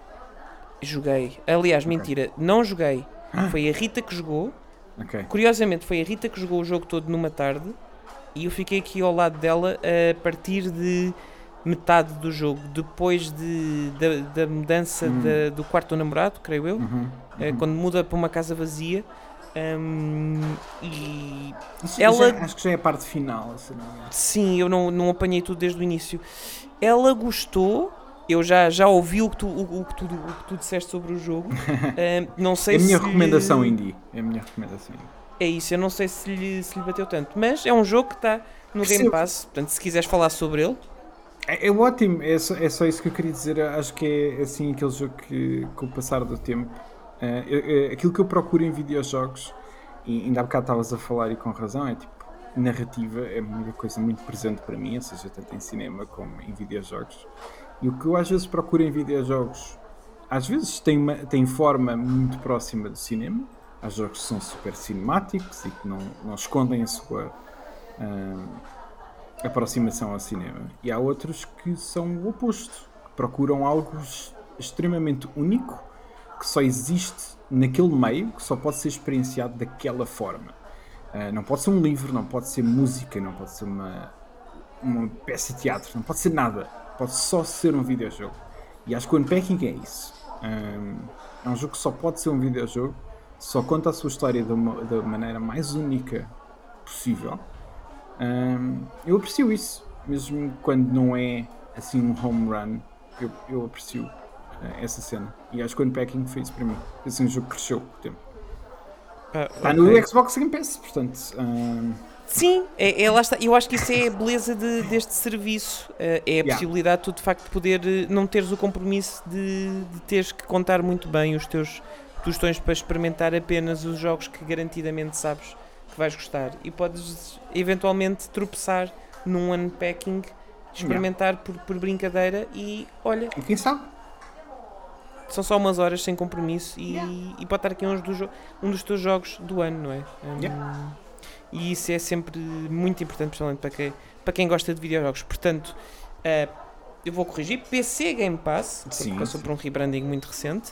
Speaker 3: joguei. Aliás, mentira, não joguei.
Speaker 4: Ah.
Speaker 3: Foi a Rita que jogou.
Speaker 4: Ok.
Speaker 3: Curiosamente, foi a Rita que jogou o jogo todo numa tarde e eu fiquei aqui ao lado dela a partir de metade do jogo, depois de, da, da mudança
Speaker 4: Hum.
Speaker 3: da- do quarto do namorado, creio eu.
Speaker 4: Uhum,
Speaker 3: Eh,
Speaker 4: uhum.
Speaker 3: quando muda para uma casa vazia, hum, e
Speaker 4: Isso
Speaker 3: ela-
Speaker 4: já- acho que já é a parte final. Se não me engano.
Speaker 3: sim, eu não, não apanhei tudo desde o início. Ela gostou, eu já, já ouvi o que, tu, o, o que tu, o que tu disseste sobre o jogo. Hum, não sei
Speaker 4: É a minha
Speaker 3: se lhe-
Speaker 4: recomendação indie. É a minha recomendação indie.
Speaker 3: É isso, eu não sei se lhe, se lhe bateu tanto, mas é um jogo que está no Game
Speaker 4: Percebo.
Speaker 3: Pass, portanto, se quiseres falar sobre ele,
Speaker 4: É, é ótimo, é só, é só isso que eu queria dizer. Acho que é assim aquele jogo que, com o passar do tempo, eh, eu- eh, aquilo que eu procuro em videojogos, e ainda há bocado estavas a falar e com razão, é tipo, narrativa é uma coisa muito presente para mim, ou seja, tanto em cinema como em videojogos. E o que eu às vezes procuro em videojogos, às vezes tem, uma, tem forma muito próxima do cinema. Há jogos que são super cinemáticos e que não, não escondem a sua ah, aproximação ao cinema. E há outros que são o oposto, que procuram algo es- extremamente único, que só existe naquele meio, que só pode ser experienciado daquela forma. Ah, não pode ser um livro, não pode ser música, não pode ser uma, uma peça de teatro, não pode ser nada. Pode só ser um videojogo. E acho que o Unpacking é isso. Ah, é um jogo que só pode ser um videojogo, só conta a sua história da, uma- da maneira mais única possível. Um, eu aprecio isso, mesmo quando não é assim um home run, eu, eu aprecio uh, essa cena. E acho que o Unpacking foi isso para mim. Assim, um jogo que cresceu com o tempo.
Speaker 3: pá,
Speaker 4: Está
Speaker 3: ok.
Speaker 4: no Xbox Game Pass, portanto. um,
Speaker 3: Sim, é, é, lá está. Eu acho que isso é a beleza de- deste serviço. Eh, é a
Speaker 4: Yeah.
Speaker 3: possibilidade tu de facto de poder eh, não teres o compromisso de, de teres que contar muito bem os teus, tostões para experimentar apenas os jogos que garantidamente sabes que vais gostar. E podes eventualmente tropeçar num unpacking, experimentar yeah. por, por brincadeira e olha...
Speaker 4: E quem sabe?
Speaker 3: São só umas horas sem compromisso e, yeah. e pode estar aqui um dos, um dos teus jogos do ano, não é? Um,
Speaker 4: yeah.
Speaker 3: E isso é sempre muito importante, principalmente para quem, para quem gosta de videojogos. Portanto, uh, eu vou corrigir, P C Game Pass, porque sim, passou sim. por um rebranding muito recente,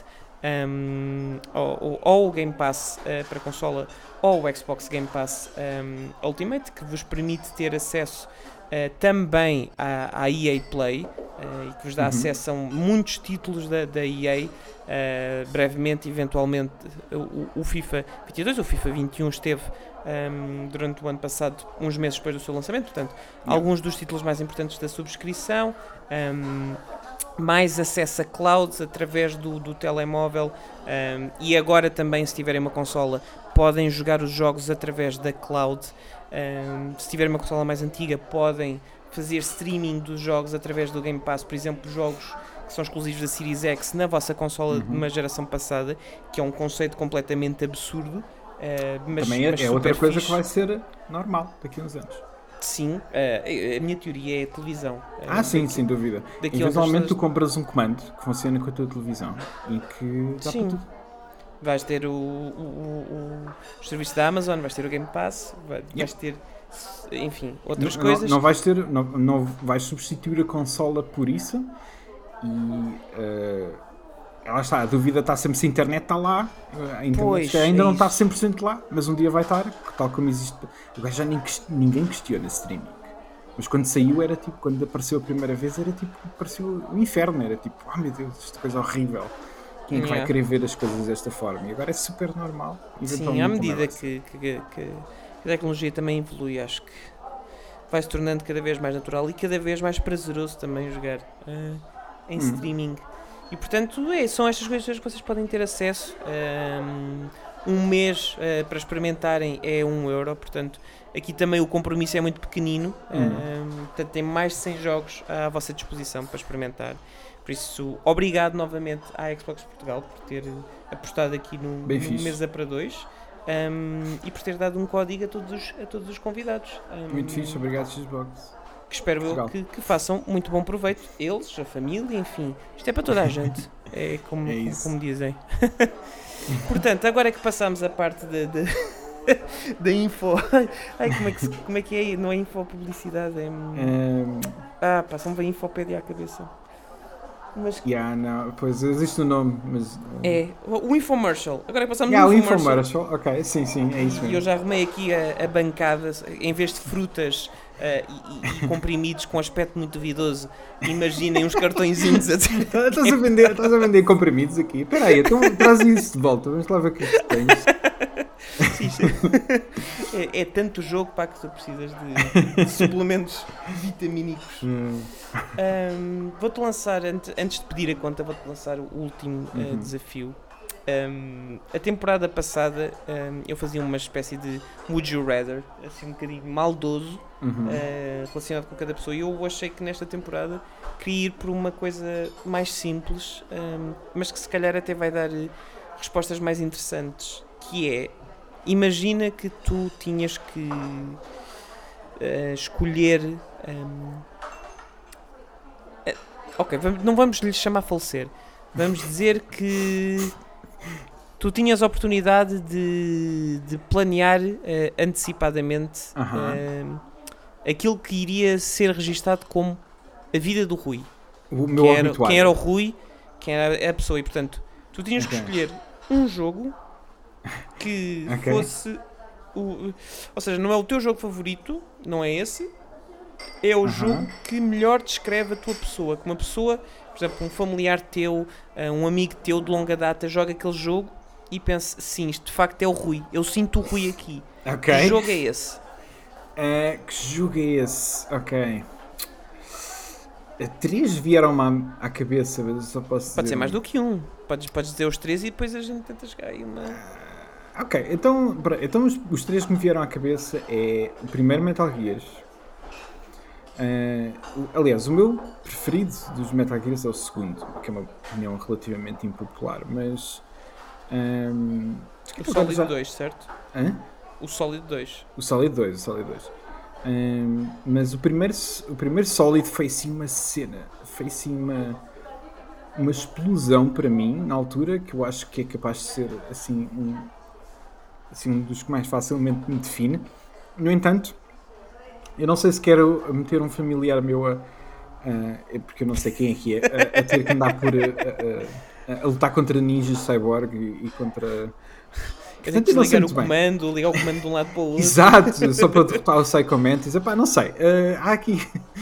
Speaker 3: um, ou, ou o Game Pass uh, para consola, ou o Xbox Game Pass um, Ultimate, que vos permite ter acesso uh, também à, à E A Play, uh, e que vos dá uhum. acesso a muitos títulos da, da E A, uh, brevemente, eventualmente, o, o FIFA vinte e dois, o FIFA vinte e um esteve Um, durante o ano passado, uns meses depois do seu lançamento, portanto, yeah. alguns dos títulos mais importantes da subscrição, um, mais acesso a clouds através do, do telemóvel, um, e agora também, se tiverem uma consola, podem jogar os jogos através da cloud. Um, se tiverem uma consola mais antiga, podem fazer streaming dos jogos através do Game Pass, por exemplo, jogos que são exclusivos da Series X na vossa consola uhum. de uma geração passada, que é um conceito completamente absurdo. Uh, mas,
Speaker 4: Também é,
Speaker 3: mas
Speaker 4: é outra coisa
Speaker 3: fixe.
Speaker 4: Que vai ser normal daqui a uns anos.
Speaker 3: Sim, uh, a minha teoria é a televisão. Uh,
Speaker 4: ah, sim, daqui, sem dúvida. Eventualmente anos... tu compras um comando que funciona com a tua televisão e que dá
Speaker 3: sim.
Speaker 4: para tudo.
Speaker 3: Vais ter o, o, o, o serviço da Amazon, vais ter o Game Pass, vais
Speaker 4: yeah.
Speaker 3: ter, enfim, outras
Speaker 4: não,
Speaker 3: coisas.
Speaker 4: Não, não vais ter, não, não vais substituir a consola por isso e... Uh, lá está, a dúvida está sempre se a internet está lá, a internet
Speaker 3: pois,
Speaker 4: ainda
Speaker 3: é
Speaker 4: não
Speaker 3: isso.
Speaker 4: está cem por cento lá, mas um dia vai estar, tal como existe. Agora já nem, ninguém questiona streaming. Mas quando saiu era tipo, quando apareceu a primeira vez, era tipo, pareceu o inferno, era tipo, oh meu Deus, esta coisa horrível. Quem é que yeah. vai querer ver as coisas desta forma? E agora é super normal.
Speaker 3: Sim, à medida que, que, que a tecnologia também evolui, acho que vai se tornando cada vez mais natural e cada vez mais prazeroso também jogar uh, em hum. streaming. E portanto é, são estas coisas que vocês podem ter acesso. Um, um mês uh, para experimentarem é um euro, portanto aqui também o compromisso é muito pequenino. Hum. Um, portanto tem mais de cem jogos à vossa disposição para experimentar. Por isso, obrigado novamente à Xbox Portugal por ter apostado aqui no, no Mesa para dois um, e por ter dado um código a todos, a todos os convidados. Um,
Speaker 4: muito fixe, obrigado Xbox.
Speaker 3: Que espero eu que, que façam muito bom proveito, eles, a família, enfim, isto é para toda a gente, é como, é como, como dizem. Portanto, agora é que passamos a parte da, da, da info. Ai, como é, que, como é que é? Não é infopublicidade, é. Um... Ah, passam-me a infopédia à cabeça. Mas...
Speaker 4: Yeah, não, pois existe o nome, mas.
Speaker 3: É, o infomercial. Agora passamos
Speaker 4: yeah,
Speaker 3: no
Speaker 4: infomercial.
Speaker 3: infomercial.
Speaker 4: Ok, sim, sim, é isso mesmo.
Speaker 3: E eu já arrumei aqui a, a bancada, em vez de frutas. Uh, e, e comprimidos com aspecto muito duvidoso. Imaginem uns cartõezinhos a dizer...
Speaker 4: Estás a vender, estás a vender comprimidos aqui? Espera aí, então traz isso de volta. Vamos lá ver o que é que tens.
Speaker 3: é, é tanto jogo para que tu precisas de, de suplementos vitamínicos. Hum. Um, vou-te lançar, antes de pedir a conta, vou-te lançar o último uh, uhum. desafio. Um, a temporada passada um, eu fazia uma espécie de Would You Rather, assim um bocadinho maldoso, uhum. uh, relacionado com cada pessoa, e eu achei que nesta temporada queria ir por uma coisa mais simples, um, mas que se calhar até vai dar uh, respostas mais interessantes, que é, imagina que tu tinhas que uh, escolher um, uh, ok, vamos, não vamos lhe chamar falecer, vamos dizer que tu tinhas a oportunidade de, de planear uh, antecipadamente uh-huh. uh, aquilo que iria ser registado como a vida do Rui.
Speaker 4: O meu
Speaker 3: quem, era, quem era o Rui, quem era a pessoa. E, portanto, tu tinhas okay. que escolher um jogo que okay. fosse... O, ou seja, não é o teu jogo favorito, não é esse. É o uh-huh. jogo que melhor descreve a tua pessoa. Que uma pessoa, por exemplo, um familiar teu, uh, um amigo teu de longa data, joga aquele jogo e pensa, sim, isto de facto é o Rui. Eu sinto o Rui aqui.
Speaker 4: Okay.
Speaker 3: Que jogo é esse?
Speaker 4: Uh, que jogo é esse? Ok. Uh, três vieram-me à, à cabeça, mas eu só posso
Speaker 3: Pode
Speaker 4: dizer...
Speaker 3: ser mais do que um. Podes, podes dizer os três e depois a gente tenta chegar aí uma...
Speaker 4: Uh, ok, então, então os, os três que me vieram à cabeça é o primeiro Metal Gear. Uh, aliás, o meu preferido dos Metal Gears é o segundo, que é uma opinião relativamente impopular, mas Um,
Speaker 3: O Solid dois, certo?
Speaker 4: Hã?
Speaker 3: O Solid dois.
Speaker 4: O Solid dois, o Solid dois. Um, mas o primeiro, o primeiro Solid foi assim uma cena, foi assim uma, uma explosão para mim, na altura, que eu acho que é capaz de ser assim um, assim, um dos que mais facilmente me define. No entanto, eu não sei se quero meter um familiar meu a, a, porque eu não sei quem é que é, a, a ter que andar por a, a, a lutar contra ninjas cyborg e, e contra...
Speaker 3: Portanto, eu ligar o comando, ligar o comando de um lado para o outro.
Speaker 4: Exato, só para derrotar o Psycho Mantis. Epá, não sei, uh, há aqui...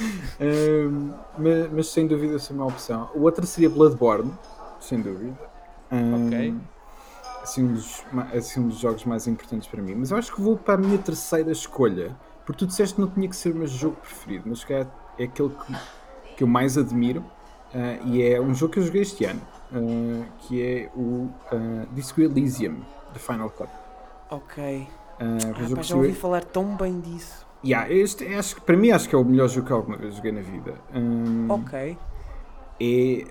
Speaker 4: uh, mas, mas sem dúvida essa é uma opção. O outro seria Bloodborne, sem dúvida. Um,
Speaker 3: ok.
Speaker 4: Assim um, dos, assim um dos jogos mais importantes para mim. Mas eu acho que vou para a minha terceira escolha. Porque tu disseste que não tinha que ser o meu jogo preferido, mas que é, é aquele que, que eu mais admiro. Uh, e é um jogo que eu joguei este ano. Uh, que é o uh, Disco Elysium, de Final Cut.
Speaker 3: Ok.
Speaker 4: Uh,
Speaker 3: ah, pá, já ouvi falar tão bem disso.
Speaker 4: Yeah, este, acho, para mim acho que é o melhor jogo que alguma vez joguei na vida. Um,
Speaker 3: ok.
Speaker 4: É...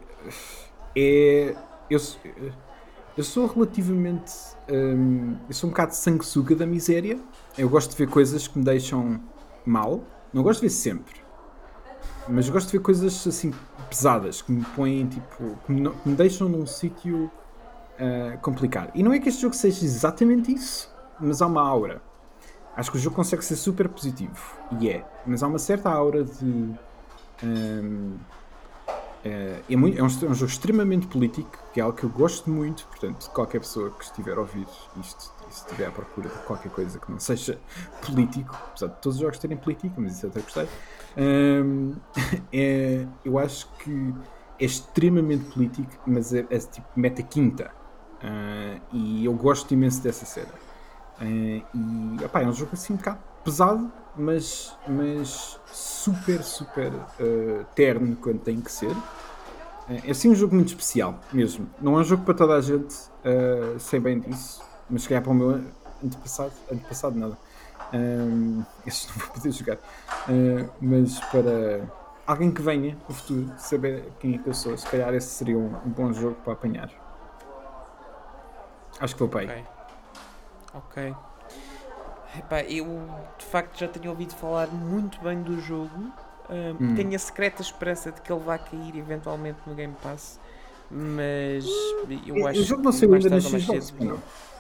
Speaker 4: é eu, eu sou relativamente... Um, eu sou um bocado sanguessuga da miséria. Eu gosto de ver coisas que me deixam mal. Não gosto de ver sempre. Mas gosto de ver coisas assim pesadas, que me põem tipo... que me, que me deixam num sítio uh, complicado. E não é que este jogo seja exatamente isso, mas há uma aura. Acho que o jogo consegue ser super positivo, e é, mas há uma certa aura de... Um, é, é, muito, é, um, é um jogo extremamente político, que é algo que eu gosto muito, portanto, qualquer pessoa que estiver a ouvir isto, e se estiver à procura de qualquer coisa que não seja político, apesar de todos os jogos terem político, mas isso eu até gostei, um, é, eu acho que é extremamente político, mas é, é tipo meta quinta, uh, e eu gosto imenso dessa cena. Uh, e opá, é um jogo assim um bocado pesado, mas, mas super, super uh, terno quando tem que ser. Uh, é assim um jogo muito especial mesmo. Não é um jogo para toda a gente, uh, sei bem disso, mas se calhar para o meu antepassado, antepassado nada. Um, esses não vou poder jogar. Uh, mas para alguém que venha no futuro saber quem é que eu sou, se calhar esse seria um, um bom jogo para apanhar. Acho que vou para aí.
Speaker 3: Okay. Ok. Epá, eu de facto já tenho ouvido falar muito bem do jogo. Um, hum. Tenho a secreta esperança de que ele vá cair eventualmente no Game Pass. Mas eu
Speaker 4: eu,
Speaker 3: acho
Speaker 4: o jogo não
Speaker 3: que
Speaker 4: saiu
Speaker 3: mais
Speaker 4: ainda
Speaker 3: tarde
Speaker 4: na
Speaker 3: ou mais
Speaker 4: Xbox,
Speaker 3: cedo.
Speaker 4: não?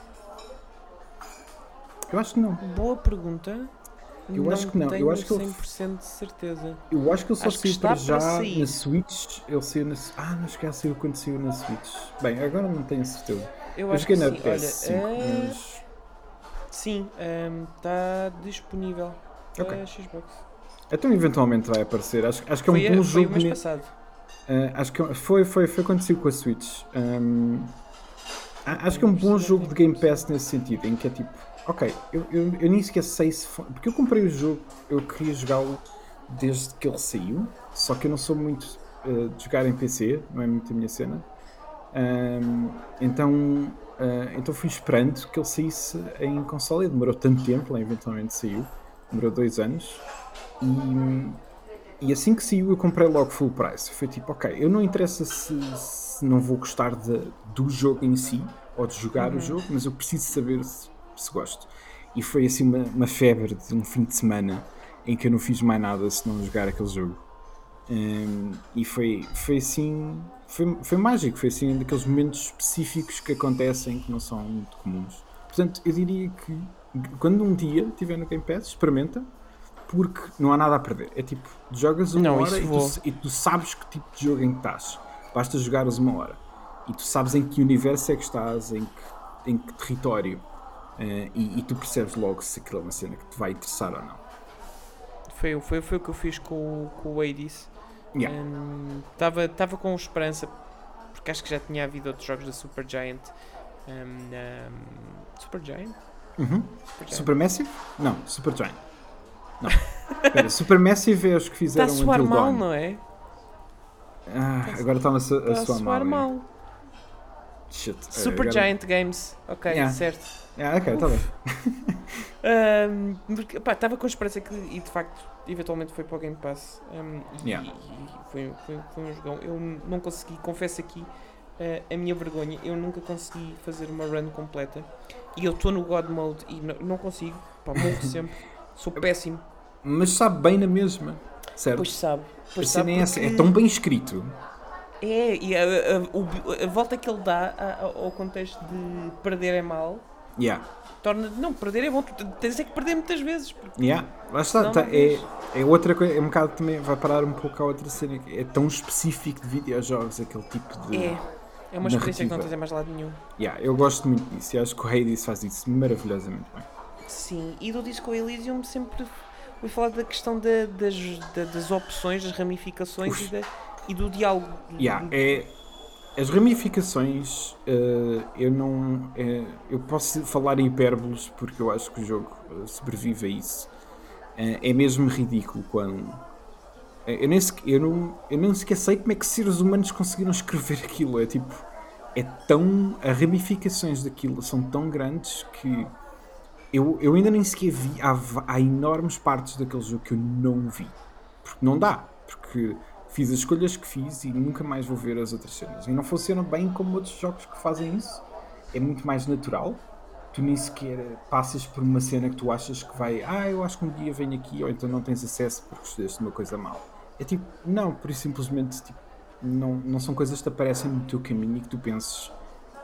Speaker 4: Eu acho que não.
Speaker 3: Boa pergunta.
Speaker 4: Eu
Speaker 3: não
Speaker 4: acho que não.
Speaker 3: tenho
Speaker 4: Eu acho que
Speaker 3: cem por cento de certeza.
Speaker 4: Eu acho que ele só
Speaker 3: acho
Speaker 4: saiu para já
Speaker 3: sair.
Speaker 4: na Switch. Ele saiu na... Ah, não esquece, saiu quando saiu na Switch. Bem, agora não tenho certeza.
Speaker 3: Eu,
Speaker 4: eu
Speaker 3: acho que
Speaker 4: joguei na
Speaker 3: sim.
Speaker 4: P S cinco,
Speaker 3: Olha, é...
Speaker 4: mas...
Speaker 3: Sim, está um, disponível para
Speaker 4: okay.
Speaker 3: Xbox.
Speaker 4: Então eventualmente vai aparecer. Acho, acho que é um
Speaker 3: foi,
Speaker 4: bom
Speaker 3: foi
Speaker 4: jogo.
Speaker 3: Foi o mês
Speaker 4: ne...
Speaker 3: passado.
Speaker 4: Uh, acho que foi, foi, foi quando saiu com a Switch. Um, acho que é um bom jogo de Game Pass nesse sentido, em que é tipo, ok, eu, eu, eu nem sequer sei se foi, porque eu comprei o jogo, eu queria jogá-lo desde que ele saiu, só que eu não sou muito uh, de jogar em P C, não é muito a minha cena. Um, então, uh, então fui esperando que ele saísse em console, e demorou tanto tempo, lá eventualmente saiu, demorou dois anos, e... E assim que saiu eu comprei logo full price. Foi tipo, ok, eu não interessa se, se não vou gostar de, do jogo em si, ou de jogar uhum. o jogo, mas eu preciso saber se, se gosto. E foi assim uma, uma febre de um fim de semana em que eu não fiz mais nada se não jogar aquele jogo. Um, e foi, foi assim, foi, foi mágico, foi assim um daqueles momentos específicos que acontecem que não são muito comuns. Portanto, eu diria que quando um dia estiver no Game Pass, experimenta, porque não há nada a perder. É tipo, jogas uma
Speaker 3: não,
Speaker 4: hora e tu, e tu sabes que tipo de jogo em que estás. Basta jogares uma hora. E tu sabes em que universo é que estás, em que, em que território. Uh, e, e tu percebes logo se aquilo é uma cena que te vai interessar ou não.
Speaker 3: Foi, foi, foi o que eu fiz com, com o Hades. Estava
Speaker 4: Yeah.
Speaker 3: um, com esperança, porque acho que já tinha havido outros jogos da Supergiant. Um, um, Supergiant?
Speaker 4: Uhum. Supergiant? Supermassive? Não, Supergiant. Não. Espera, Supermassive é os que fizeram
Speaker 3: Está a soar
Speaker 4: Until
Speaker 3: mal,
Speaker 4: Dawn.
Speaker 3: não é?
Speaker 4: Ah, tá agora está-me a, su- a
Speaker 3: Está a
Speaker 4: soar
Speaker 3: soar
Speaker 4: mal.
Speaker 3: mal.
Speaker 4: Shit.
Speaker 3: Supergiant
Speaker 4: agora...
Speaker 3: Games. Ok,
Speaker 4: Yeah.
Speaker 3: certo.
Speaker 4: Ah, ok, está bem.
Speaker 3: um, Estava com esperança que, e de facto, eventualmente foi para o Game Pass. Um,
Speaker 4: Yeah.
Speaker 3: e, e foi, foi, foi um jogão. Eu não consegui, confesso aqui, uh, a minha vergonha. Eu nunca consegui fazer uma run completa. E eu estou no God Mode e n- não consigo. Pá, morro sempre. Sou péssimo.
Speaker 4: Mas sabe bem na mesma, certo?
Speaker 3: Pois sabe.
Speaker 4: A
Speaker 3: Pois
Speaker 4: cena
Speaker 3: sabe
Speaker 4: é, essa,
Speaker 3: porque-
Speaker 4: é tão bem escrito.
Speaker 3: É, e a, a- o- a volta que ele dá a- a- ao contexto de perder é mal,
Speaker 4: Yeah.
Speaker 3: torna. Não, perder é bom, tu tens é que perder muitas vezes. porque-
Speaker 4: Yeah. Lá está,
Speaker 3: Não,
Speaker 4: tá,
Speaker 3: uma
Speaker 4: é,
Speaker 3: vez.
Speaker 4: é outra coisa, é um bocado também, vai parar um pouco a outra cena, que é tão específico de videojogos, aquele tipo de...
Speaker 3: É, é uma experiência que não
Speaker 4: narrativa.
Speaker 3: tens a mais lado nenhum.
Speaker 4: Yeah, eu gosto muito disso e acho que o Hades faz isso maravilhosamente bem.
Speaker 3: Sim, e do Disco Elysium sempre fui falar da questão da- das, da- das opções, das ramificações e, da- e do diálogo.
Speaker 4: Yeah, é, as ramificações, eh, eu não... eh, eu posso falar em hipérboles porque eu acho que o jogo eh, sobrevive a isso. Eh, é mesmo ridículo quando... eh, eu, nem sequer, eu, não, eu nem sequer sei como é que seres humanos conseguiram escrever aquilo. É tipo... É tão... As ramificações daquilo são tão grandes que... Eu, eu ainda nem sequer vi... Há, va- há enormes partes daquele jogo que eu não vi. Porque não dá. Porque fiz as escolhas que fiz e nunca mais vou ver as outras cenas. E não funciona bem como outros jogos que fazem isso. É muito mais natural. Tu nem sequer passas por uma cena que tu achas que vai... Ah, eu acho que um dia venho aqui. Ou então não tens acesso porque escolheste uma coisa mal. É tipo... Não, por isso simplesmente... Tipo, não, não são coisas que te aparecem no teu caminho e que tu penses...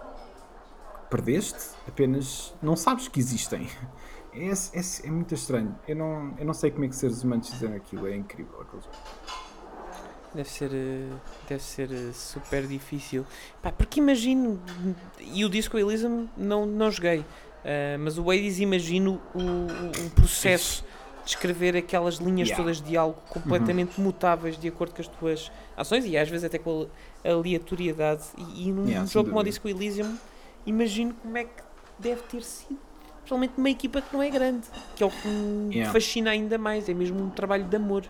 Speaker 4: Perdeste, apenas não sabes que existem. É, é, é muito estranho. Eu não, eu não sei como é que seres humanos fizeram aquilo. É incrível aquele jogo.
Speaker 3: Deve ser, eh, deve ser eh, super difícil. Pá, porque imagino, e o Disco Elysium não, não joguei, eh, mas o Hades imagino o, o, o processo de escrever aquelas linhas
Speaker 4: Yeah.
Speaker 3: todas de diálogo completamente mutáveis de acordo com as tuas ações e às vezes até com a aleatoriedade. E, e num
Speaker 4: Yeah, sem
Speaker 3: jogo como o
Speaker 4: dúvida.
Speaker 3: Disco Elysium, imagino como é que deve ter sido. Principalmente uma equipa que não é grande, que é o que me
Speaker 4: Yeah.
Speaker 3: fascina ainda mais, é mesmo um trabalho de amor.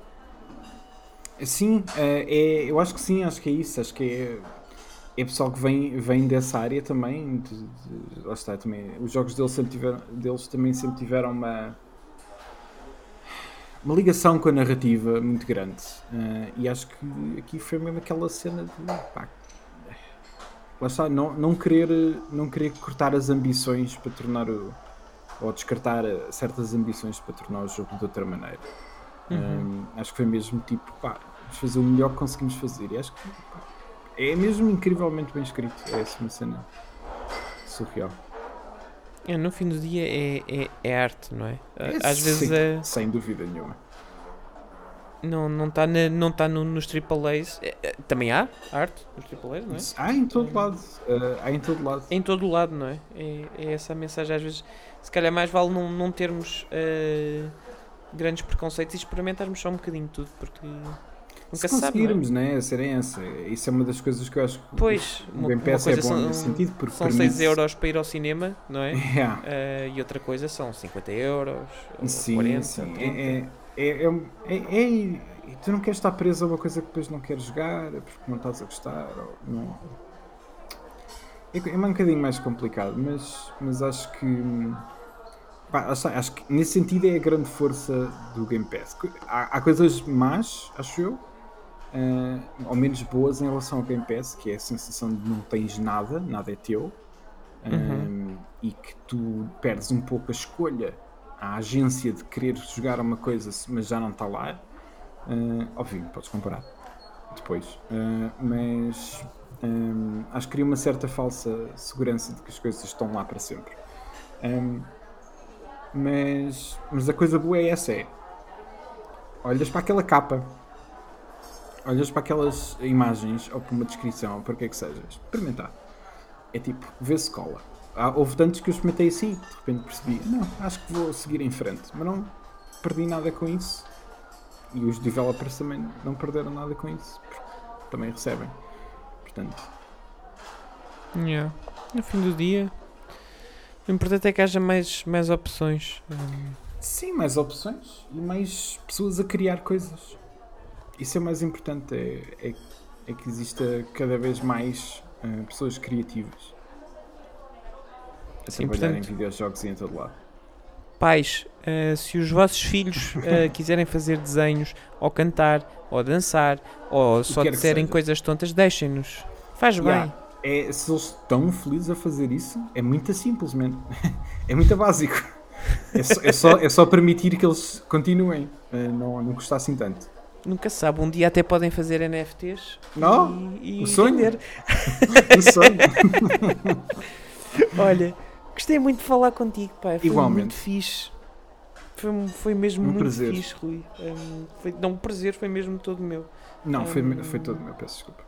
Speaker 4: Sim, é, é- eu acho que sim, acho que é isso. Acho que é, é pessoal que vem, vem dessa área também. De, de- lá está, também. Os jogos deles, sempre tiveram, deles também sempre tiveram uma, uma ligação com a narrativa muito grande. Eh, e acho que aqui foi mesmo aquela cena de. Pá, lá está, não, não, querer, não querer cortar as ambições para tornar o. Ou descartar certas ambições para tornar o jogo de outra maneira. Um, acho que foi mesmo tipo, pá, vamos fazer o melhor que conseguimos fazer. E acho que pá, é mesmo incrivelmente bem escrito. É essa uma cena surreal.
Speaker 3: É, no fim do dia é, é, é arte, não é?
Speaker 4: É,
Speaker 3: Às vezes
Speaker 4: sim,
Speaker 3: é,
Speaker 4: sem dúvida nenhuma.
Speaker 3: não não está não tá no, nos triple A's. É, é, também há arte nos triple A's, não é?
Speaker 4: Isso, há em todo lado. uh, há em todo lado.
Speaker 3: Em todo o lado, não é? É, é essa a mensagem. Às vezes, se calhar mais vale não, não termos eh, grandes preconceitos e experimentarmos só um bocadinho de tudo, porque nunca
Speaker 4: Se
Speaker 3: se sabe, não é?
Speaker 4: conseguirmos, né? A ser essa. Isso é uma das coisas que eu acho que
Speaker 3: Pois,
Speaker 4: o
Speaker 3: uma,
Speaker 4: Game
Speaker 3: uma
Speaker 4: Pass é
Speaker 3: coisa
Speaker 4: bom
Speaker 3: são,
Speaker 4: nesse sentido. Porque
Speaker 3: são
Speaker 4: permite-
Speaker 3: seis euros para ir ao cinema, não é?
Speaker 4: Yeah.
Speaker 3: Eh, e outra coisa são cinquenta euros, ou
Speaker 4: Sim,
Speaker 3: quarenta,
Speaker 4: sim.
Speaker 3: trinta.
Speaker 4: É, é, é, é, é, é- tu não queres estar preso a uma coisa que depois não queres jogar porque não estás a gostar. Ou não. É, é um bocadinho mais complicado, mas, mas acho que. hum, pá, lá está, acho que nesse sentido é a grande força do Game Pass. Há, há coisas más, acho eu, ah, ou menos boas em relação ao Game Pass, que é a sensação de não tens nada, nada é teu, ah,
Speaker 3: Uhum.
Speaker 4: e que tu perdes um pouco a escolha, a agência de querer jogar uma coisa, mas já não está lá. Uh, óbvio, podes comparar depois, uh, mas um, acho que cria uma certa falsa segurança de que as coisas estão lá para sempre. Um, mas, mas a coisa boa é essa: é olhas para aquela capa, olhas para aquelas imagens ou para uma descrição, ou para o que é que seja, experimentar. É tipo, vê se cola. Há, houve tantos que eu experimentei assim, de repente percebi, não, acho que vou seguir em frente, mas não perdi nada com isso. E os developers também não perderam nada com isso, porque também recebem. Portanto,
Speaker 3: Yeah. No fim do dia, o importante é que haja mais, mais opções. Hum,
Speaker 4: sim, mais opções e mais pessoas a criar coisas. Isso é o mais importante, é, é, é que exista cada vez mais uh, pessoas criativas a
Speaker 3: Sim,
Speaker 4: trabalhar
Speaker 3: portanto-
Speaker 4: em videojogos e em todo lado.
Speaker 3: Pais, eh, se os vossos filhos eh, quiserem fazer desenhos, ou cantar, ou dançar, ou só
Speaker 4: quer que
Speaker 3: disserem
Speaker 4: seja.
Speaker 3: coisas tontas, deixem-nos. Faz bem.
Speaker 4: Yeah. é, se eles estão felizes a fazer isso, é muito simples, man. É muito básico. É só, é, só, é só permitir que eles continuem. Uh, não, não custa assim tanto.
Speaker 3: Nunca se sabe, um dia até podem fazer N F Ts
Speaker 4: Não,
Speaker 3: e, e
Speaker 4: o sonho.
Speaker 3: vender.
Speaker 4: O sonho.
Speaker 3: Olha, gostei muito de falar contigo, pá. Foi
Speaker 4: Igualmente.
Speaker 3: muito fixe. Foi, foi mesmo
Speaker 4: Um
Speaker 3: muito
Speaker 4: prazer.
Speaker 3: fixe, Rui. Um, foi, não, um prazer foi mesmo todo meu.
Speaker 4: Não, foi,
Speaker 3: Hum.
Speaker 4: foi todo meu, peço desculpa.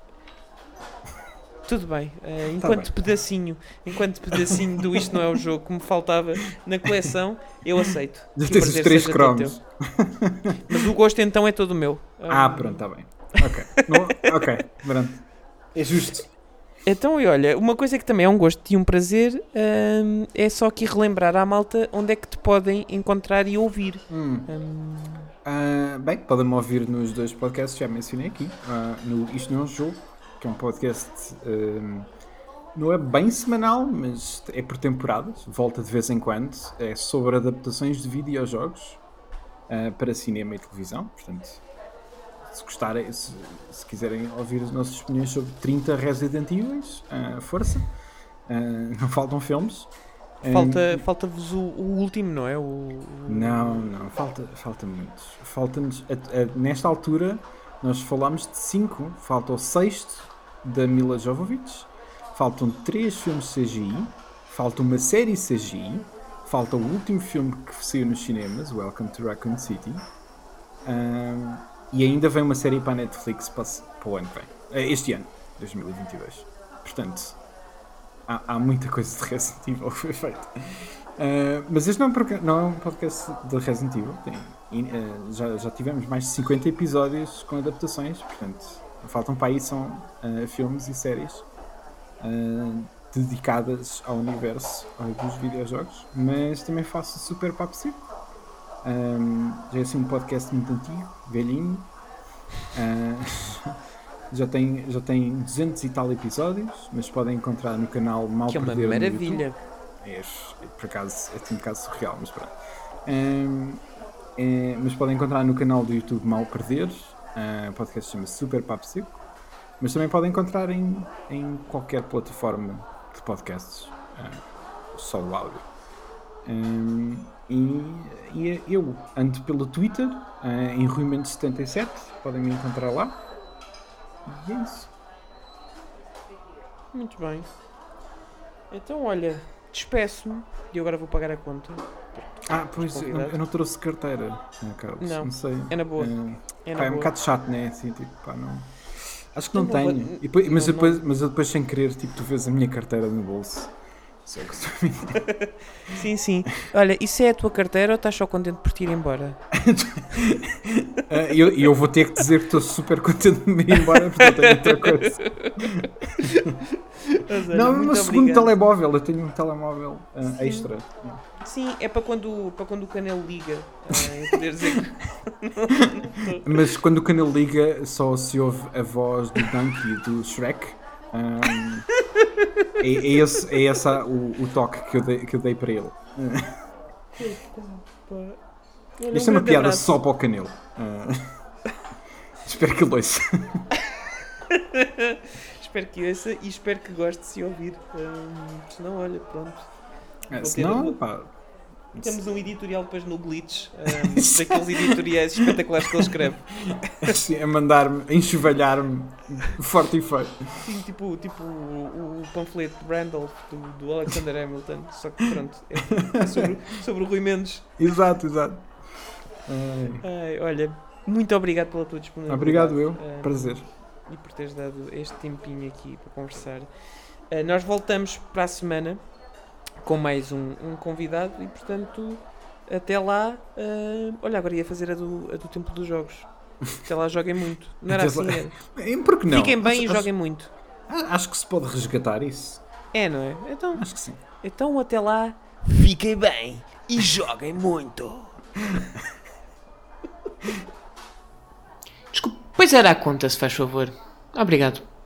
Speaker 3: Tudo bem. Uh,
Speaker 4: Tá
Speaker 3: enquanto
Speaker 4: bem.
Speaker 3: pedacinho, enquanto pedacinho do Isto Não É o Jogo que me faltava na coleção, eu aceito.
Speaker 4: Já
Speaker 3: Que o
Speaker 4: tens os
Speaker 3: prazer
Speaker 4: três
Speaker 3: seja todo
Speaker 4: cromos.
Speaker 3: teu. Mas o gosto então é todo meu.
Speaker 4: Ah,
Speaker 3: Um,
Speaker 4: pronto, está bem. Ok. Não- ok, pronto. É justo.
Speaker 3: Então, e olha, uma coisa que também é um gosto e um prazer hum, é só aqui relembrar à malta onde é que te podem encontrar e ouvir.
Speaker 4: Hum.
Speaker 3: Hum,
Speaker 4: Ah, bem, podem-me ouvir nos dois podcasts que já mencionei aqui. Ah, no Isto Não é um Jogo, que é um podcast, ah, não é bem semanal, mas é por temporadas, volta de vez em quando. É sobre adaptações de videojogos ah, para cinema e televisão. Portanto, se gostarem, se, se quiserem ouvir as nossas opiniões sobre trinta Resident Evil, ah, força. Ah, não faltam filmes.
Speaker 3: falta,
Speaker 4: Ah,
Speaker 3: falta-vos o, o último, não é? O, o-
Speaker 4: Não, não, falta, falta muitos. Falta-nos, a- a- nesta altura, nós falámos de cinco, falta o sexto da Mila Jovovich, faltam três filmes C G I, falta uma série C G I, falta o último filme que saiu nos cinemas, Welcome to Raccoon City, Ahm, e ainda vem uma série para a Netflix para, para o ano que vem, Eh, este ano, dois mil e vinte e dois. Portanto, há, há muita coisa de Resident Evil que foi feita. Uh, mas este não é, um, proca- não é um podcast de Resident Evil. Tem, e, uh, já, já tivemos mais de cinquenta episódios com adaptações, portanto, faltam para aí são uh, filmes e séries uh, dedicadas ao universo uh, dos videojogos, mas também faço super papo seco. Um, já é assim um podcast muito antigo, velhinho. Uh, já, tem, já tem duzentos e tal episódios, mas podem encontrar no canal Mal
Speaker 3: que é uma
Speaker 4: Perder no YouTube.
Speaker 3: maravilha.
Speaker 4: É, por acaso é um bocado surreal, mas pronto. Ehm, é, mas podem encontrar no canal do YouTube Mal Perder. Uh, o podcast chama-se Super Papo Seco. Mas também podem encontrar em, em qualquer plataforma de podcasts, uh, só o áudio. Ehm, e, e eu ando pelo Twitter, uh, em Rui Mendes setenta e sete. Podem me encontrar lá. E é isso.
Speaker 3: Muito bem. Então, olha, despeço-me e eu agora vou pagar a conta.
Speaker 4: Ah, pois, eu,
Speaker 3: convidado.
Speaker 4: eu não trouxe carteira, ah, Carlos.
Speaker 3: Não,
Speaker 4: Não, sei.
Speaker 3: é na boa.
Speaker 4: Eh,
Speaker 3: É na
Speaker 4: pá, é um
Speaker 3: boa.
Speaker 4: bocado chato, né? Assim, tipo, pá, não. Acho que não,
Speaker 3: Eu não vou-
Speaker 4: tenho. E depois- mas,
Speaker 3: não-
Speaker 4: depois,
Speaker 3: não.
Speaker 4: mas eu depois, sem querer, tipo, tu vês a minha carteira no bolso. Só que estou
Speaker 3: Sim, sim. Olha, isso é a tua carteira ou estás só contente por te ir embora?
Speaker 4: Ah, E eu, e eu vou ter que dizer que estou super contente de me ir embora porque eu tenho outra coisa.
Speaker 3: Mas, olha,
Speaker 4: Não,
Speaker 3: muito
Speaker 4: o meu segundo
Speaker 3: obrigado.
Speaker 4: telemóvel. Eu tenho um telemóvel ah,
Speaker 3: Sim.
Speaker 4: extra.
Speaker 3: Sim, é para quando, para quando o canal liga. Uh, eu poder dizer que...
Speaker 4: Mas quando o canal liga, só se ouve a voz do Donkey do Shrek. Ahm, é, é esse, é esse o, o toque que eu dei, que eu dei para ele.
Speaker 3: Olha,
Speaker 4: Isto é
Speaker 3: um
Speaker 4: uma
Speaker 3: grande
Speaker 4: piada
Speaker 3: abraço.
Speaker 4: só para o Canelo. Ah, espero que ele ouça.
Speaker 3: Espero que ouça e espero que goste de se ouvir. Um, senão, olha, pronto.
Speaker 4: Ah,
Speaker 3: Vou
Speaker 4: se
Speaker 3: ter-
Speaker 4: não,
Speaker 3: vou-
Speaker 4: pá.
Speaker 3: Temos um editorial depois no Glitch, um, daqueles editoriais espetaculares que ele escreve.
Speaker 4: Assim, a mandar-me, a enxovalhar-me forte e feio.
Speaker 3: Sim, tipo, tipo o, o panfleto de Randolph do, do Alexander Hamilton. Só que pronto, é, é sobre, sobre o Rui Mendes.
Speaker 4: Exato, exato. Ai,
Speaker 3: Ai, olha, muito obrigado pela tua disponibilidade.
Speaker 4: obrigado eu,
Speaker 3: Um,
Speaker 4: prazer.
Speaker 3: E por teres dado este tempinho aqui para conversar. Uh, nós voltamos para a semana com mais um, um convidado e, portanto, até lá. Uh, olha, agora ia fazer a do, a do tempo dos jogos. Até lá, joguem muito. Não era
Speaker 4: Até
Speaker 3: assim?
Speaker 4: lá.
Speaker 3: Era.
Speaker 4: E por que não?
Speaker 3: Fiquem bem
Speaker 4: acho,
Speaker 3: e joguem muito.
Speaker 4: Acho, acho que se pode resgatar isso.
Speaker 3: É, não é? Então,
Speaker 4: Acho que sim.
Speaker 3: então até lá, fiquem bem e joguem muito.
Speaker 2: Desculpe, pois era a conta, se faz favor. Obrigado.